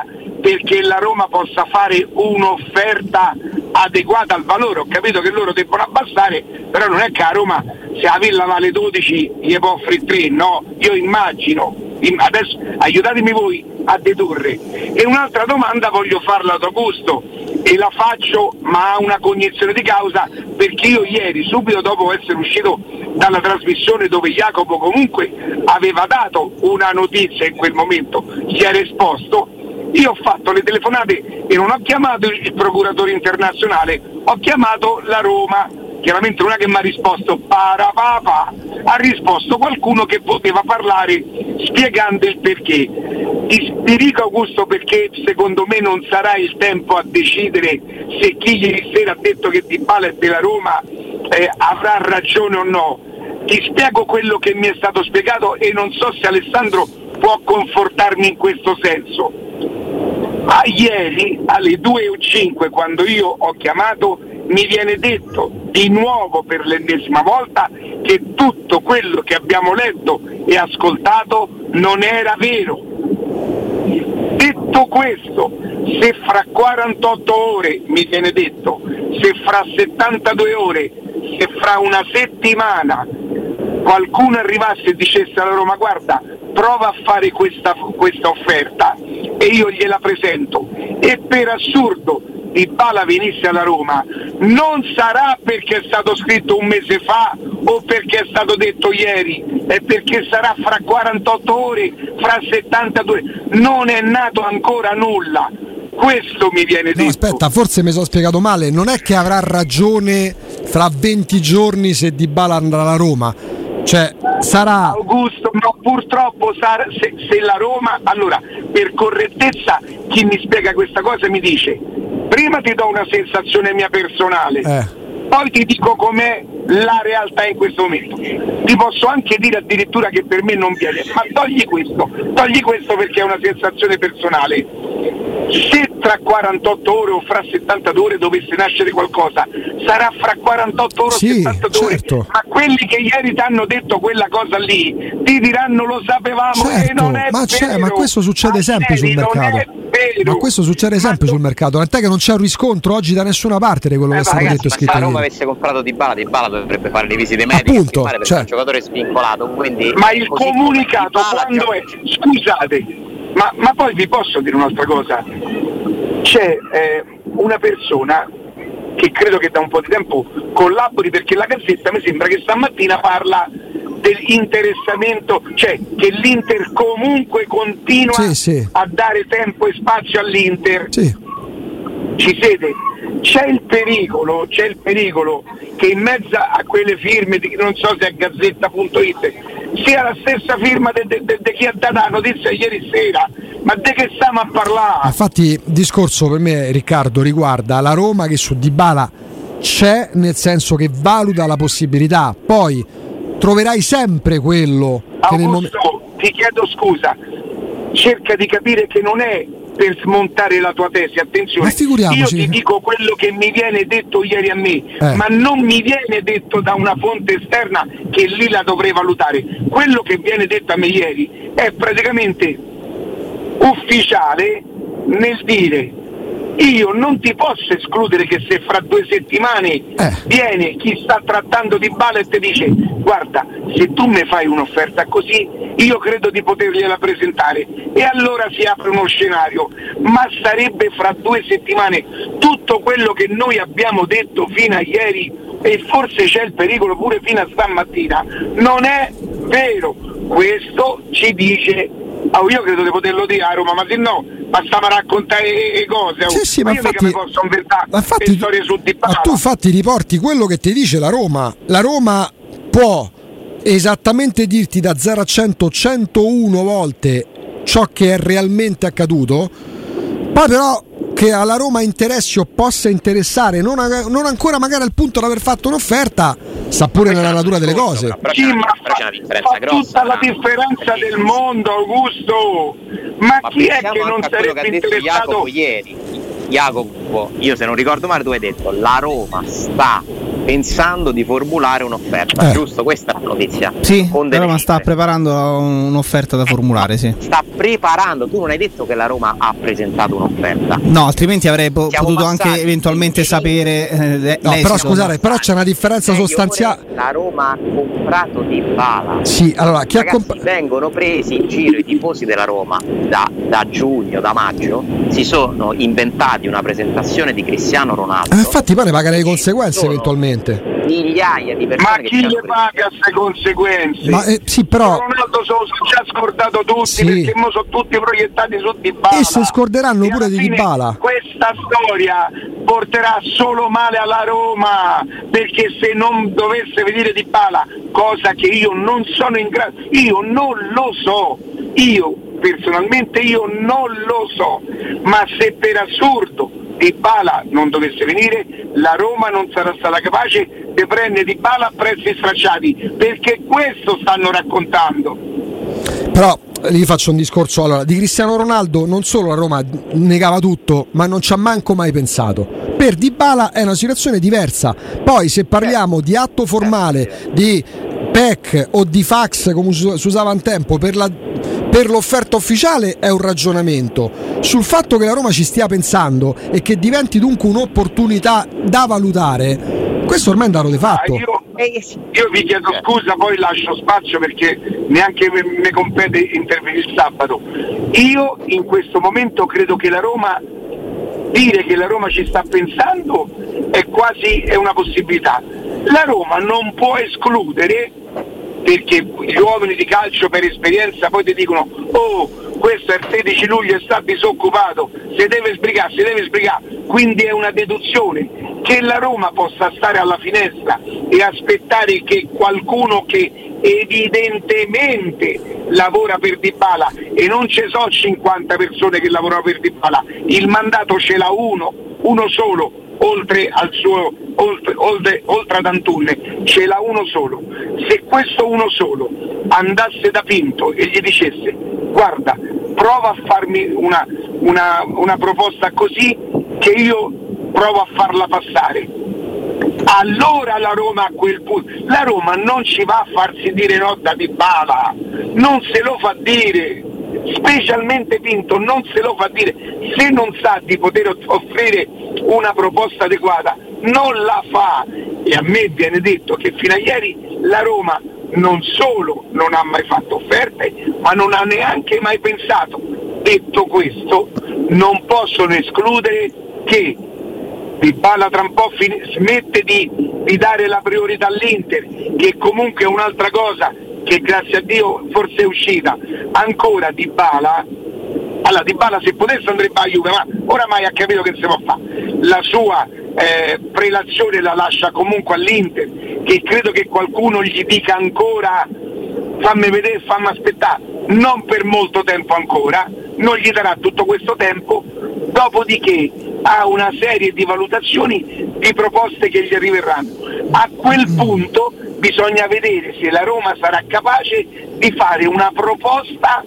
perché la Roma possa fare un'offerta adeguata al valore. Ho capito che loro debbono abbassare, però non è che a Roma se la Villa vale dodici gli può offrire tre, no? Io immagino, adesso aiutatemi voi a dedurre. E un'altra domanda voglio farla ad Augusto e la faccio ma a una cognizione di causa, perché io ieri, subito dopo essere uscito dalla trasmissione dove Jacopo comunque aveva dato una notizia in quel momento, si era esposto, io ho fatto le telefonate e non ho chiamato il procuratore internazionale, ho chiamato la Roma. Chiaramente non è che mi ha risposto parapapa, ha risposto qualcuno che poteva parlare spiegando il perché. Ti, ti dico Augusto perché secondo me non sarà il tempo a decidere se chi ieri sera ha detto che Dybala è della Roma eh, avrà ragione o no. Ti spiego quello che mi è stato spiegato e non so se Alessandro può confortarmi in questo senso. Ma ieri alle due e cinque quando io ho chiamato mi viene detto di nuovo per l'ennesima volta che tutto quello che abbiamo letto e ascoltato non era vero. Detto questo, se fra quarantotto ore, mi viene detto, se fra settantadue ore, se fra una settimana qualcuno arrivasse e dicesse alla Roma guarda, prova a fare questa, questa offerta e io gliela presento e per assurdo Dybala venisse alla Roma, non sarà perché è stato scritto un mese fa o perché è stato detto ieri, è perché sarà fra quarantotto ore, fra settantadue, non è nato ancora nulla. Questo mi viene detto. No, aspetta, forse mi sono spiegato male, non è che avrà ragione fra venti giorni se Dybala andrà alla Roma. Cioè, sarà Augusto, no, purtroppo sarà, se, se la Roma, allora, per correttezza chi mi spiega questa cosa mi dice prima ti do una sensazione mia personale, eh. poi ti dico com'è la realtà in questo momento. Ti posso anche dire addirittura che per me non viene, ma togli questo, togli questo perché è una sensazione personale. Se tra quarantotto ore o fra settantadue ore dovesse nascere qualcosa, sarà fra quarantotto ore o sì, settantadue certo. ore, ma quelli che ieri ti hanno detto quella cosa lì ti diranno lo sapevamo, certo, e non è ma, vero. ma questo succede sempre sul mercato. Ma questo succede sempre sul mercato, tant'è che non c'è un riscontro oggi da nessuna parte di quello eh, che è stato ragazzi, detto e ma scritto. se la Roma avesse comprato Dybala, Dybala dovrebbe fare le visite mediche, appunto, perché cioè. è un giocatore svincolato, quindi ma il comunicato quando è? Scusate, ma, ma poi vi posso dire un'altra cosa, c'è eh, una persona che credo che da un po' di tempo collabori, perché la Gazzetta mi sembra che stamattina parla dell'interessamento, cioè che l'Inter comunque continua sì, sì. a dare tempo e spazio all'Inter. Sì. Ci siete? C'è il pericolo, c'è il pericolo che in mezzo a quelle firme di, non so se è gazzetta punto it, sia la stessa firma di chi ha dato la notizia ieri sera. Ma di che stiamo a parlare? Infatti il discorso per me, Riccardo, riguarda la Roma che su Dybala c'è, nel senso che valuta la possibilità, poi troverai sempre quello che Augusto, nel momento... ti chiedo scusa, cerca di capire che non è per smontare la tua tesi, attenzione, io ti dico quello che mi viene detto ieri a me, eh. ma non mi viene detto da una fonte esterna che lì la dovrei valutare. Quello che viene detto a me ieri è praticamente ufficiale nel dire io non ti posso escludere che se fra due settimane eh. viene chi sta trattando Dybala e ti dice guarda, se tu mi fai un'offerta così io credo di potergliela presentare, e allora si apre uno scenario, ma sarebbe fra due settimane. Tutto quello che noi abbiamo detto fino a ieri, e forse c'è il pericolo pure fino a stamattina, non è vero. Questo ci dice, oh, io credo di poterlo dire a Roma, ma se no bastava raccontare le cose. Sì, sì, ma io infatti, mica mi posso inventare le storie su Dybala. Ma tu infatti riporti quello che ti dice la Roma. La Roma può esattamente dirti da zero a cento centouno volte ciò che è realmente accaduto, poi però che alla Roma interessi o possa interessare non, a, non ancora magari al punto di aver fatto un'offerta, sta pure nella natura delle cose. Sì, ma fa, fa tutta la differenza del mondo, Augusto. Ma, ma chi è che non sarebbe che interessato? Jacopo ieri, Jacopo, io se non ricordo male tu hai detto la Roma sta pensando di formulare un'offerta, eh. giusto? Questa è la notizia. Sì, la Roma sta preparando un'offerta da formulare, sì. Sta preparando, tu non hai detto che la Roma ha presentato un'offerta. No, altrimenti avrei po- potuto anche eventualmente sapere eh, no, però scusate, però c'è una differenza sostanziale. La Roma ha comprato Dybala. Sì, allora chi Ragazzi, ha comp- vengono presi in giro i tifosi della Roma da, da giugno, da maggio, si sono inventati una presentazione di Cristiano Ronaldo. Eh, infatti poi ne pagano le conseguenze eventualmente. Migliaia di persone. Ma chi che le paga queste conseguenze? Ma eh, sì, però Ronaldo sono già scordato tutti, sì, perché mo sono tutti proiettati su Dybala. E se scorderanno pure di Dybala. Questa storia porterà solo male alla Roma, perché se non dovesse vedere Dybala, cosa che io non sono in grado, io non lo so, io personalmente io non lo so, ma se per assurdo Dybala non dovesse venire, la Roma non sarà stata capace di prendere Dybala a prezzi stracciati, perché questo stanno raccontando. Però gli faccio un discorso, allora, di Cristiano Ronaldo non solo la Roma negava tutto, ma non ci ha manco mai pensato. Per Dybala è una situazione diversa. Poi se parliamo di atto formale, di P E C o di fax come si usava un tempo per, la, per l'offerta ufficiale è un ragionamento. Sul fatto che la Roma ci stia pensando e che diventi dunque un'opportunità da valutare, questo ormai è un dato di fatto. Ah, io, io vi chiedo scusa, poi lascio spazio perché neanche mi compete intervenire il sabato. Io in questo momento credo che la Roma, dire che la Roma ci sta pensando è quasi è una possibilità. La Roma non può escludere, perché gli uomini di calcio per esperienza poi ti dicono oh, questo è il sedici luglio e sta disoccupato, si deve sbrigare, si deve sbrigare, quindi è una deduzione, che la Roma possa stare alla finestra e aspettare che qualcuno che evidentemente lavora per Dybala, e non ci sono cinquanta persone che lavorano per Dybala, il mandato ce l'ha uno, uno solo, oltre al suo oltre, oltre, oltre ad Antunes ce l'ha uno solo. Se questo uno solo andasse da Pinto e gli dicesse guarda, prova a farmi una, una, una proposta così che io provo a farla passare, allora la Roma a quel punto, la Roma non ci va a farsi dire no da Dybala, non se lo fa dire, specialmente Pinto non se lo fa dire, se non sa di poter offrire una proposta adeguata non la fa. E a me viene detto che fino a ieri la Roma non solo non ha mai fatto offerte, ma non ha neanche mai pensato. Detto questo, non possono escludere che Dybala tra un po' fin- smette di, di dare la priorità all'Inter, che comunque è un'altra cosa che grazie a Dio forse è uscita. Ancora Dybala, allora Dybala se potesse andrebbe a Juve, ma oramai ha capito che si può fare. La sua eh, prelazione la lascia comunque all'Inter, che credo che qualcuno gli dica ancora fammi vedere, fammi aspettare, non per molto tempo ancora, non gli darà tutto questo tempo, dopodiché ha una serie di valutazioni di proposte che gli arriveranno. A quel punto bisogna vedere se la Roma sarà capace di fare una proposta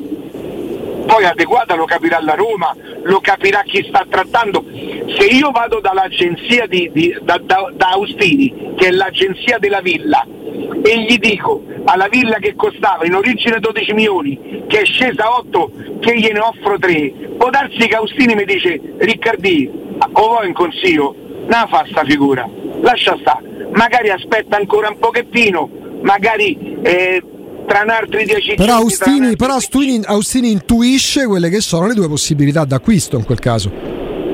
poi adeguata, lo capirà la Roma, lo capirà chi sta trattando. Se io vado dall'agenzia di, di, da, da, da Austini, che è l'agenzia della Villa, e gli dico alla Villa che costava in origine dodici milioni, che è scesa a otto, che gliene offro tre, può darsi che Austini mi dice Riccardi, o vuoi in consiglio, non fa sta figura, lascia sta, magari aspetta ancora un pochettino, magari eh, tra un altri dieci però giorni, Austini, però Austini, Austini intuisce quelle che sono le due possibilità d'acquisto in quel caso.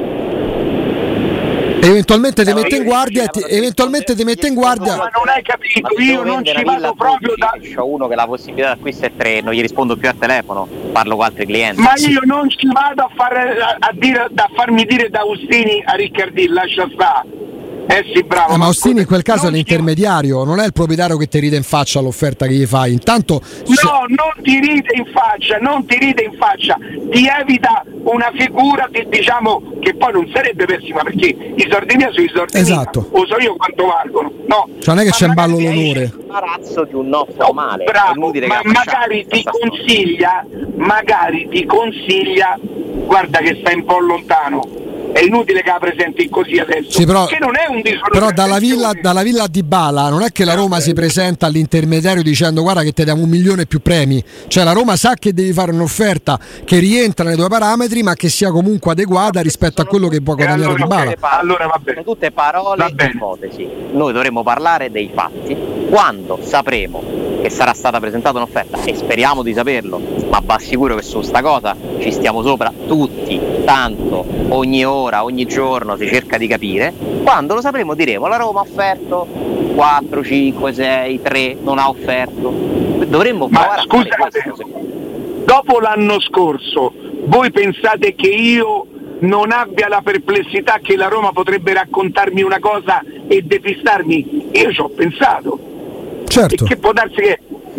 Eventualmente ti no, mette in guardia, ti, eventualmente ti mette in guardia. Ma non hai capito, io non ci vado proprio da. C'ho uno che la possibilità d'acquisto è tre, non gli rispondo più a telefono, parlo con altri clienti. Ma io non ci vado a, fare, a, a, dire, a farmi dire da Austini a Riccardi, lascia stare. Eh sì, bravo. Eh, ma Austini in quel caso è non l'intermediario, non è il proprietario che ti ride in faccia l'offerta che gli fai. Intanto no, se... non ti ride in faccia, non ti ride in faccia, ti evita una figura che diciamo che poi non sarebbe pessima, perché i soldi miei sono i soldi miei. Esatto. Lo so io quanto valgono. No. Cioè non è che c'è in ballo l'onore. Imbarazzo di un no formale. Bravo, ma magari ti consiglia, magari ti consiglia, guarda che stai un po' lontano. è inutile che la presenti così adesso, sì, però, che non è un discorso. Però dalla villa, dalla villa a Dybala non è che la Roma si presenta all'intermediario dicendo guarda che ti diamo un milione più premi, cioè la Roma sa che devi fare un'offerta che rientra nei tuoi parametri ma che sia comunque adeguata rispetto a quello che può guadagnare allora, Dybala. Pa- allora va bene. Sono tutte parole e ipotesi, noi dovremmo parlare dei fatti. Quando sapremo che sarà stata presentata un'offerta, e speriamo di saperlo, ma va sicuro che su sta cosa ci stiamo sopra tutti, tanto, ogni ora, ogni giorno si cerca di capire. Quando lo sapremo diremo la Roma ha offerto quattro, cinque, sei, tre, non ha offerto. Dovremmo provare a fare questo. Dopo l'anno scorso voi pensate che io non abbia la perplessità che la Roma potrebbe raccontarmi una cosa e depistarmi? Io ci ho pensato. Certo. E che può darsi che,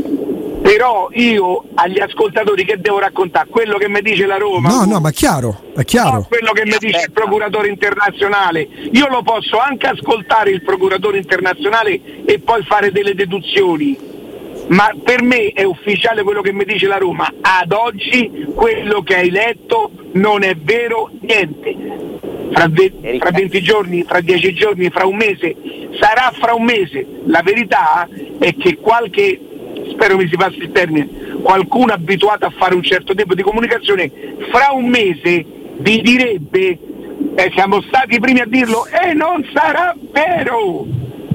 però io agli ascoltatori che devo raccontare? Quello che mi dice la Roma? No, no, ma è chiaro, è chiaro. No, quello che mi dice il procuratore internazionale. Io lo posso anche ascoltare il procuratore internazionale e poi fare delle deduzioni, ma per me è ufficiale quello che mi dice la Roma. Ad oggi quello che hai letto non è vero niente. Fra, ve- fra venti giorni, fra dieci giorni, fra un mese, sarà fra un mese. La verità è che qualche, spero mi si passi il termine, qualcuno abituato a fare un certo tipo di comunicazione, fra un mese vi direbbe, eh, siamo stati i primi a dirlo, e non sarà vero.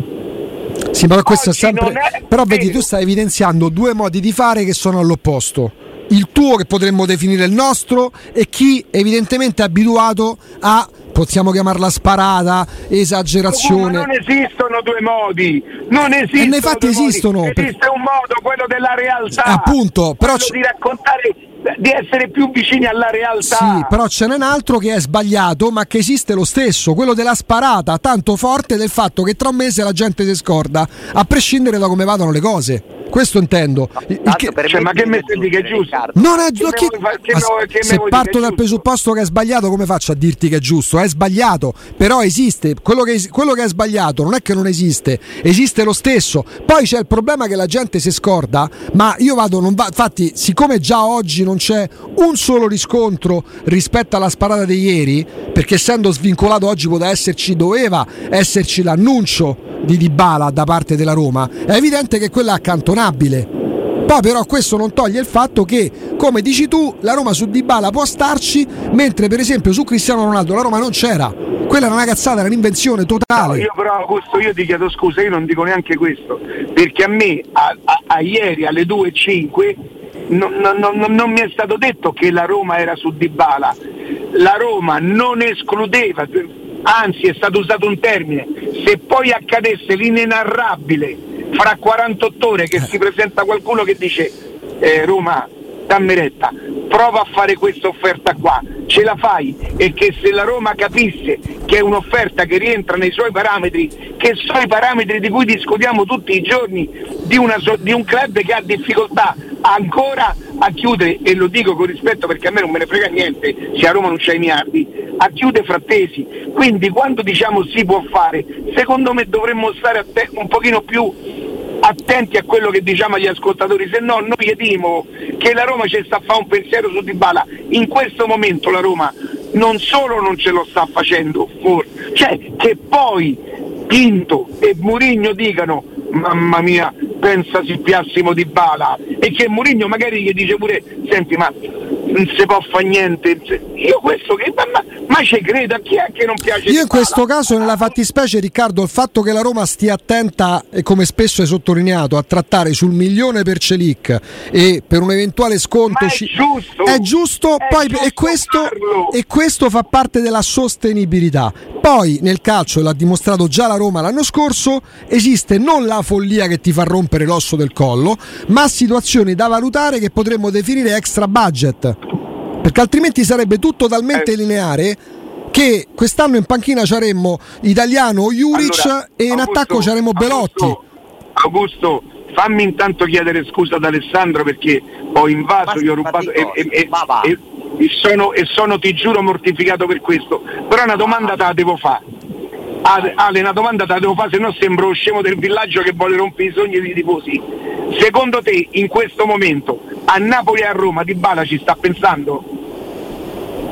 Sì, ma questo è sempre. Però vedi, tu stai evidenziando due modi di fare che sono all'opposto. Il tuo, che potremmo definire il nostro, e chi evidentemente è abituato a, possiamo chiamarla sparata, esagerazione. Ma non esistono due modi, non esistono. E nei fatti due esistono. Modi. Esiste un modo, quello della realtà. Appunto, però quello di raccontare, di essere più vicini alla realtà. Sì, però ce n'è un altro che è sbagliato, ma che esiste lo stesso, quello della sparata, tanto forte del fatto che tra un mese la gente si scorda, a prescindere da come vadano le cose. Questo intendo. Il, il che, cioè, ma che mi senti che è giusto? Non è giusto. Che che me, che se parto dal presupposto che è sbagliato, come faccio a dirti che è giusto? È sbagliato, però esiste. Quello che, quello che è sbagliato non è che non esiste, esiste lo stesso. Poi c'è il problema che la gente si scorda, ma io vado, non va, infatti, siccome già oggi non c'è un solo riscontro rispetto alla sparata di ieri, perché essendo svincolato oggi poteva esserci, doveva esserci l'annuncio di Dybala da parte della Roma, è evidente che quella è accantonabile. Poi però questo non toglie il fatto che, come dici tu, la Roma su Dybala può starci, mentre per esempio su Cristiano Ronaldo la Roma non c'era. Quella era una cazzata, era un'invenzione totale. No, io però Augusto, io ti chiedo scusa, io non dico neanche questo, perché a me a, a, a ieri alle due e cinque non, non, non, non mi è stato detto che la Roma era su Dybala. La Roma non escludeva, anzi è stato usato un termine, se poi accadesse l'inenarrabile fra quarantotto ore che si presenta qualcuno che dice eh, Roma, dammi retta, prova a fare questa offerta qua, ce la fai, e che se la Roma capisse che è un'offerta che rientra nei suoi parametri, che sono i parametri di cui discutiamo tutti i giorni, di, una, di un club che ha difficoltà ancora a chiudere, e lo dico con rispetto perché a me non me ne frega niente se a Roma non c'è i miliardi, a chiudere Frattesi. Quindi quando diciamo si può fare, secondo me dovremmo stare atte- un pochino più attenti a quello che diciamo agli ascoltatori, se no noi chiediamo che la Roma ci sta a fare un pensiero su Dybala. In questo momento la Roma non solo non ce lo sta facendo, cioè che poi Pinto e Mourinho dicano mamma mia, pensa si piassimo Dybala, e che Mourinho magari gli dice pure senti ma non si può fare niente, io questo che ma, ma, ma ci credo, a chi è che non piace io Dybala? In questo caso, nella fattispecie, Riccardo, il fatto che la Roma stia attenta, e come spesso hai sottolineato, a trattare sul milione per Celic e per un eventuale sconto ma è giusto, è giusto, è poi giusto e, questo, farlo. e questo fa parte della sostenibilità. Poi nel calcio, l'ha dimostrato già la Roma l'anno scorso, esiste non la follia che ti fa rompere l'osso del collo, ma situazioni da valutare che potremmo definire extra budget, perché altrimenti sarebbe tutto talmente eh. lineare che quest'anno in panchina c'aremmo Italiano o Juric, allora, e in Augusto, attacco c'aremmo Belotti. Augusto, Augusto, fammi intanto chiedere scusa ad Alessandro perché ho invaso, ma gli ho rubato e, e, e, e, e, sono, e sono, ti giuro, mortificato per questo. Però una domanda te la devo fare. Ale, Ale, una domanda te la devo fare, se no sembro lo scemo del villaggio che vuole rompere i sogni dei tifosi. Secondo te in questo momento a Napoli e a Roma Dybala ci sta pensando?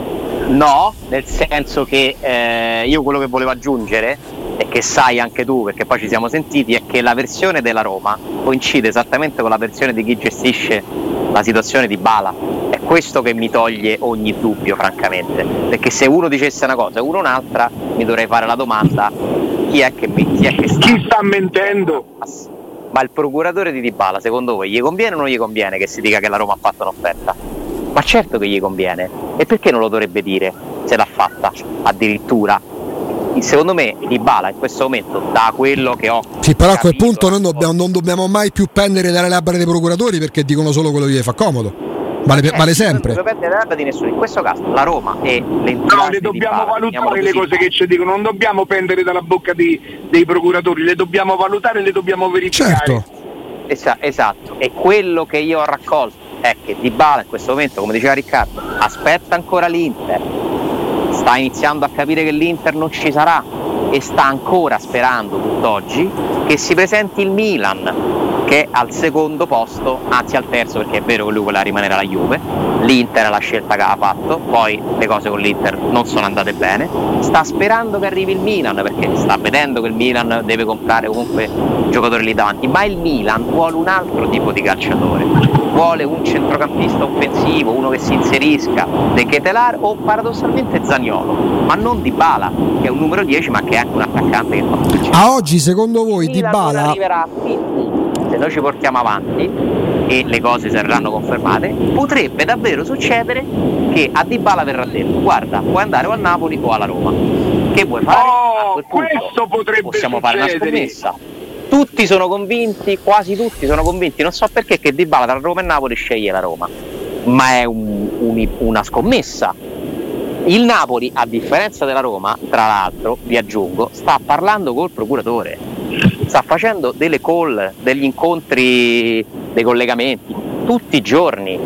No, nel senso che eh, io quello che volevo aggiungere, e che sai anche tu perché poi ci siamo sentiti, è che la versione della Roma coincide esattamente con la versione di chi gestisce la situazione di Bala. È questo che mi toglie ogni dubbio, francamente, perché se uno dicesse una cosa e uno un'altra mi dovrei fare la domanda: chi è che, mi, chi è che sta? Chi sta mentendo? Ma il procuratore di Dybala, secondo voi, gli conviene o non gli conviene che si dica che la Roma ha fatto un'offerta? Ma certo che gli conviene, e perché non lo dovrebbe dire se l'ha fatta addirittura? Secondo me Dybala in questo momento, da quello che ho sì, però a quel punto noi dobbiamo, non dobbiamo mai più pendere dalle labbra dei procuratori, perché dicono solo quello che gli fa comodo. Vale, eh, vale sempre. Non dipende dalle labbra di nessuno. In questo caso la Roma e l'entità. No, le dobbiamo Dybala, valutare le cose che ci dicono, non dobbiamo pendere dalla bocca di, dei procuratori, le dobbiamo valutare e le dobbiamo verificare. Certo. Esa- esatto. E quello che io ho raccolto è che Dybala in questo momento, come diceva Riccardo, aspetta ancora l'Inter. Sta iniziando a capire che l'Inter non ci sarà e sta ancora sperando tutt'oggi che si presenti il Milan, che è al secondo posto, anzi al terzo, perché è vero che lui voleva rimanere alla Juve. L'Inter è la scelta che ha fatto, poi le cose con l'Inter non sono andate bene, sta sperando che arrivi il Milan, perché sta vedendo che il Milan deve comprare comunque giocatori lì davanti, ma il Milan vuole un altro tipo di calciatore, vuole un centrocampista offensivo, uno che si inserisca, De Ketelar o paradossalmente Zaniolo, ma non Dybala, che è un numero dieci ma che è anche un attaccante che fa. A oggi secondo voi Dybala arriverà, se noi ci portiamo avanti e le cose saranno confermate, potrebbe davvero succedere che a Dybala verrà detto: guarda, puoi andare o al Napoli o alla Roma, che vuoi fare? Oh, a quel punto questo potrebbe possiamo succedere. Fare una scommessa. Tutti sono convinti, quasi tutti sono convinti, non so perché, che Dybala tra Roma e Napoli sceglie la Roma, ma è un, un, una scommessa. Il Napoli, a differenza della Roma, tra l'altro, vi aggiungo, sta parlando col procuratore, sta facendo delle call, degli incontri, dei collegamenti tutti i giorni.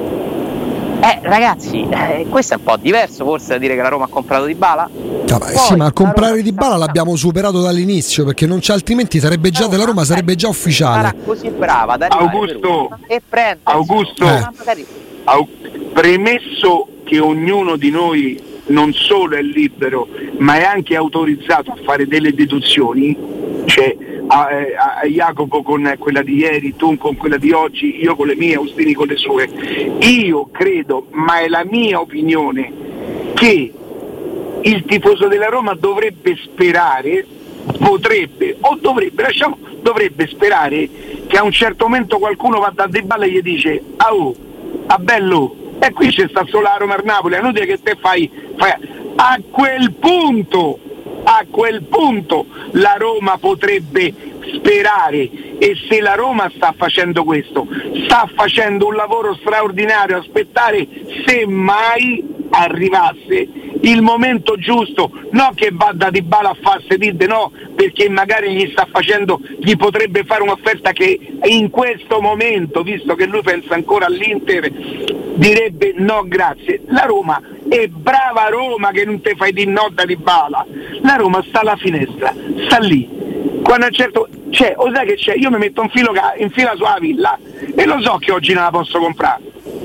Eh ragazzi, eh, questo è un po' diverso forse da dire che la Roma ha comprato Dybala. Ah, beh, sì, ma comprare Dybala l'abbiamo superato dall'inizio, perché non c'è, altrimenti sarebbe già della Roma, sarebbe già ufficiale. Sarà così brava ad arrivare Augusto, e prende Augusto, eh. Au- premesso che ognuno di noi non solo è libero, ma è anche autorizzato a fare delle deduzioni, cioè a, a Jacopo con quella di ieri, tu con quella di oggi, io con le mie, Austini con le sue. Io credo, ma è la mia opinione, che il tifoso della Roma dovrebbe sperare, potrebbe, o dovrebbe, lasciamo, dovrebbe sperare che a un certo momento qualcuno va da Dybala e gli dice: ah oh, a bello, e qui c'è sta solo la Roma e Napoli, è inutile che te fai, fai a quel punto a quel punto la Roma potrebbe sperare, e se la Roma sta facendo questo, sta facendo un lavoro straordinario, aspettare se mai arrivasse il momento giusto, no che va da Dybala a farsi dite no, perché magari gli sta facendo, gli potrebbe fare un'offerta che in questo momento, visto che lui pensa ancora all'Inter, direbbe no grazie. La Roma è brava, Roma, che non te fai di no da Dybala. La Roma sta alla finestra, sta lì. Quando a un certo c'è, o sai che c'è, io mi metto un filo in fila sulla villa e lo so che oggi non la posso comprare,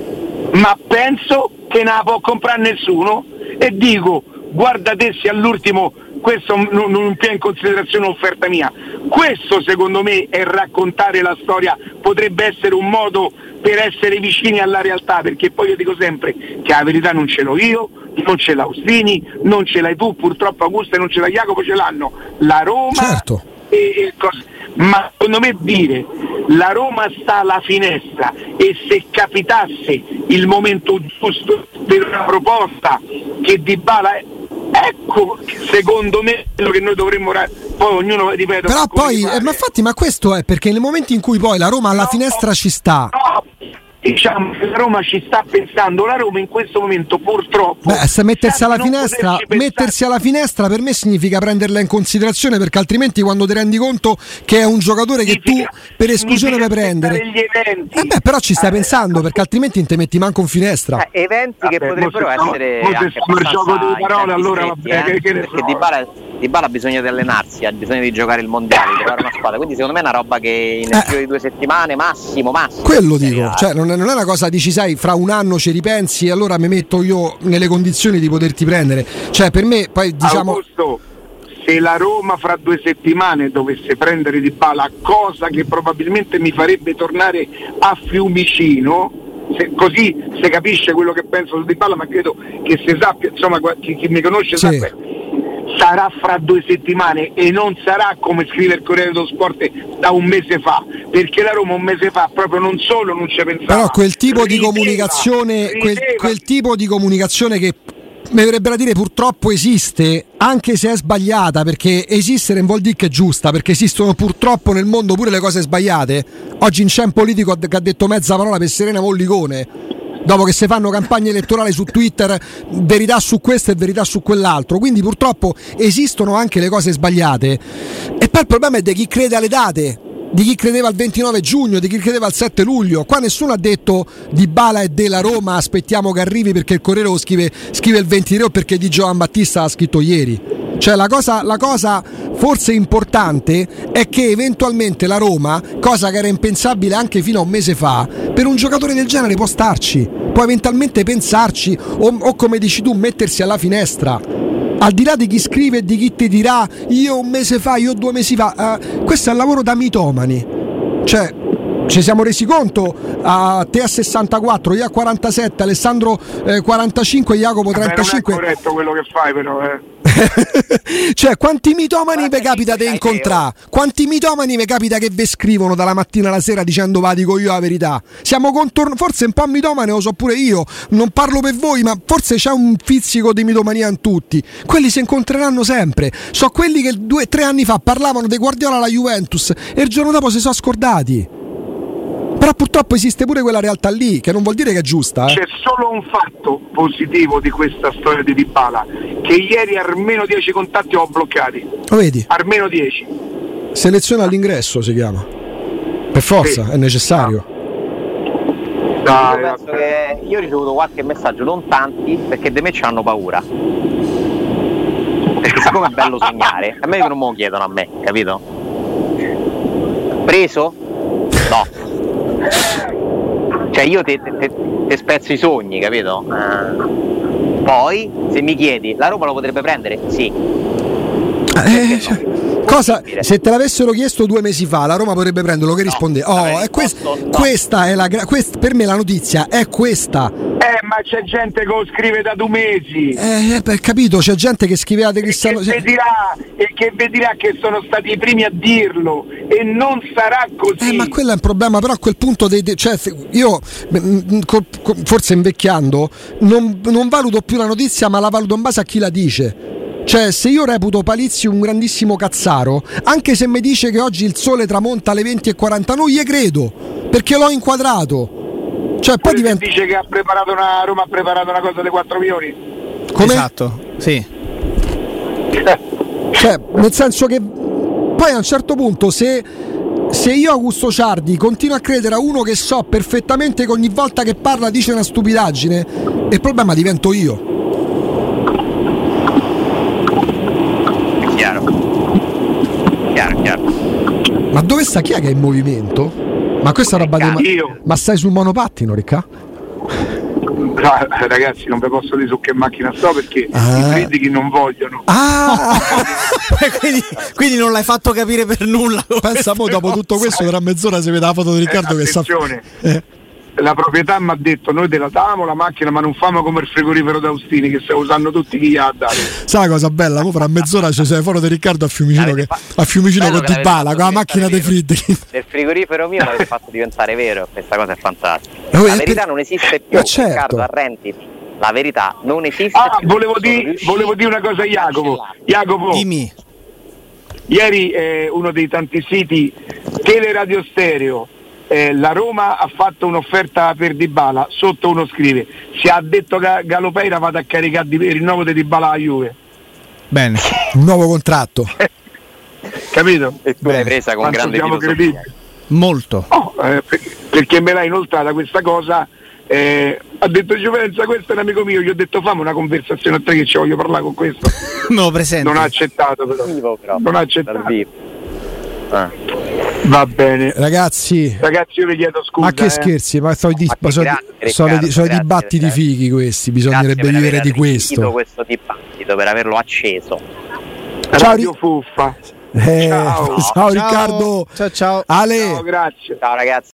ma penso che non la può comprare nessuno, e dico: guarda te se all'ultimo questo non, non tiene in considerazione l'offerta mia. Questo secondo me è raccontare la storia, potrebbe essere un modo per essere vicini alla realtà, perché poi io dico sempre che la verità non ce l'ho io, non ce l'ha Austini, non ce l'hai tu, purtroppo Augusto, e non ce l'ha Jacopo, ce l'hanno la Roma. Certo. E, e cos- ma secondo me dire la Roma sta alla finestra, e se capitasse il momento giusto per una proposta che Dybala è, ecco secondo me quello che noi dovremmo ra- poi ognuno ripeto, però poi eh, ma infatti ma questo è perché nel momento in cui poi la Roma alla no, finestra ci sta, no, diciamo che la Roma ci sta pensando, la Roma in questo momento purtroppo, beh, se mettersi alla finestra, mettersi alla finestra per me significa prenderla in considerazione, perché altrimenti quando ti rendi conto che è un giocatore che tu per esclusione puoi prendere, eh beh, però ci stai eh, pensando, perché altrimenti non ti metti manco in finestra. Eh, eventi Vabbè, che potrebbero no, essere no, anche il gioco delle parole, allora stretti, vabbè, eh, che perché Dybala, Dybala ha bisogno di allenarsi, ha bisogno di giocare il mondiale, di trovare una squadra, quindi secondo me è una roba che in eh. giro di due settimane massimo massimo quello dico, cioè non, non è una cosa, dici sai, fra un anno ci ripensi e allora mi metto io nelle condizioni di poterti prendere. Cioè per me poi diciamo Augusto, se la Roma fra due settimane dovesse prendere Dybala, cosa che probabilmente mi farebbe tornare a Fiumicino, se, così si capisce quello che penso su Dybala, ma credo che si sappia, insomma chi, chi mi conosce sì. sa, sarà fra due settimane e non sarà come scrive il Corriere dello Sport da un mese fa, perché la Roma un mese fa proprio non solo non ci pensava, però quel tipo rideva, di comunicazione rideva. Quel, quel tipo di comunicazione che mi verrebbe da dire purtroppo esiste, anche se è sbagliata, perché esistere non vuol dire che è giusta, perché esistono purtroppo nel mondo pure le cose sbagliate. Oggi c'è un politico che ha detto mezza parola per Serena Mollicone, dopo che si fanno campagne elettorali su Twitter, verità su questo e verità su quell'altro, quindi purtroppo esistono anche le cose sbagliate. E poi il problema è di chi crede alle date, di chi credeva al ventinove giugno, di chi credeva al sette luglio. Qua nessuno ha detto Dybala è della Roma, aspettiamo che arrivi perché il Corriere lo scrive, scrive il ventitré o perché Di Giovan Battista l'ha scritto ieri. Cioè la cosa, la cosa forse importante è che eventualmente la Roma, cosa che era impensabile anche fino a un mese fa, per un giocatore del genere può starci, può eventualmente pensarci o, o come dici tu mettersi alla finestra. Al di là di chi scrive e di chi ti dirà io un mese fa, io due mesi fa, uh, questo è il lavoro da mitomani. Cioè ci siamo resi conto, a te a sessantaquattro, io a quarantasette, Alessandro eh, quarantacinque, Jacopo trentacinque. Beh, non è corretto quello che fai però eh. Cioè quanti mitomani vi capita di incontrare? Quanti mitomani vi capita che vi scrivono dalla mattina alla sera dicendo va dico io la verità? Siamo contorn- forse un po' mitomane lo so pure io, non parlo per voi, ma forse c'è un fizzico di mitomania in tutti. Quelli si incontreranno sempre. So quelli che due tre anni fa parlavano di Guardiola alla Juventus e il giorno dopo si sono scordati. Però purtroppo esiste pure quella realtà lì, che non vuol dire che è giusta. Eh? C'è solo un fatto positivo di questa storia di Dybala, che ieri almeno dieci contatti ho bloccati. Lo vedi? Almeno dieci. Selezione all'ingresso si chiama. Per forza, sì. È necessario. Dai, io penso che io ho ricevuto qualche messaggio, non tanti, perché di me ci hanno paura. Perché siccome è bello sognare, a me non me lo chiedono a me, capito? Preso? No. Cioè io te, te, te spezzo i sogni, capito? Uh, poi se mi chiedi la Roma lo potrebbe prendere? Sì. Eh, cioè, cosa, se te l'avessero chiesto due mesi fa la Roma potrebbe prenderlo, che no, risponde? Oh, è quest- no. Questa è la quest- per me la notizia è questa. Eh, ma c'è gente che lo scrive da due mesi. Eh, beh, capito, c'è gente che scriveva di Cristiano. E che dirà, e che dirà che sono stati i primi a dirlo e non sarà così. Eh, ma quello è un problema, però a quel punto dei, dei, cioè, io forse invecchiando non, non valuto più la notizia, ma la valuto in base a chi la dice. Cioè, se io reputo Palizzi un grandissimo cazzaro, anche se mi dice che oggi il sole tramonta alle venti e quaranta, non gli credo, perché l'ho inquadrato. Cioè, poi diventa... dice che ha preparato una Roma ha preparato una cosa dei quattro milioni. Come? Esatto, sì. Cioè, nel senso che poi a un certo punto se se io Augusto Ciardi continuo a credere a uno che so perfettamente che ogni volta che parla dice una stupidaggine, il problema divento io. Chiaro, chiaro, chiaro. Ma dove sta chi è che è in movimento? Ma questa roba di ma... ma stai sul monopattino, Ricca? No, ragazzi, non vi posso dire su che macchina sto perché ah. i critici non vogliono. Ah! quindi, quindi non l'hai fatto capire per nulla. Pensa mo dopo tutto questo tra mezz'ora si vede la foto di Riccardo eh, che sta eh. La proprietà mi ha detto noi te la diamo la macchina, ma non famo come il frigorifero d'Austini che stiamo usando tutti chi gli ha dato. Sai la cosa bella? Mo fra mezz'ora c'è le foto di Riccardo a Fiumicino che, fa- a Fiumicino con Dybala con la macchina dei Friedrich. Del frigorifero mio l'avete fatto diventare vero, questa cosa è fantastica. La eh, verità per... non esiste più, certo. Riccardo, arrenditi. La verità non esiste ah, più. Volevo dire volevo dire una cosa a Jacopo. Jacopo. Dimmi. Ieri eh, uno dei tanti siti Teleradio Stereo, eh, la Roma ha fatto un'offerta per Dybala, sotto uno scrive si ha detto che Galopeira vada a caricare il rinnovo di Dybala a Juve. Bene, un nuovo contratto. Capito? E tu l'hai presa con Quanto grande filosofia. Credibili. Molto. Oh, eh, perché me l'ha inoltrata questa cosa, eh, ha detto Giovenza questo è un amico mio, gli ho detto fammi una conversazione a te che ci voglio parlare con questo. Me lo presento. Non ha accettato però, vivo, però non ha accettato. Eh. Va bene, ragazzi. Ragazzi, io vi chiedo scusa. Ma che eh. scherzi, ma sono, di, ma sono, grazie, sono, Riccardo, sono grazie, dibattiti grazie. fighi questi, bisognerebbe vivere di questo. questo dibattito, per averlo acceso. Ciao, Radio Fuffa. Eh, Ciao. ciao, ciao Riccardo. Ciao ciao. Ale. Ciao, grazie. Ciao ragazzi.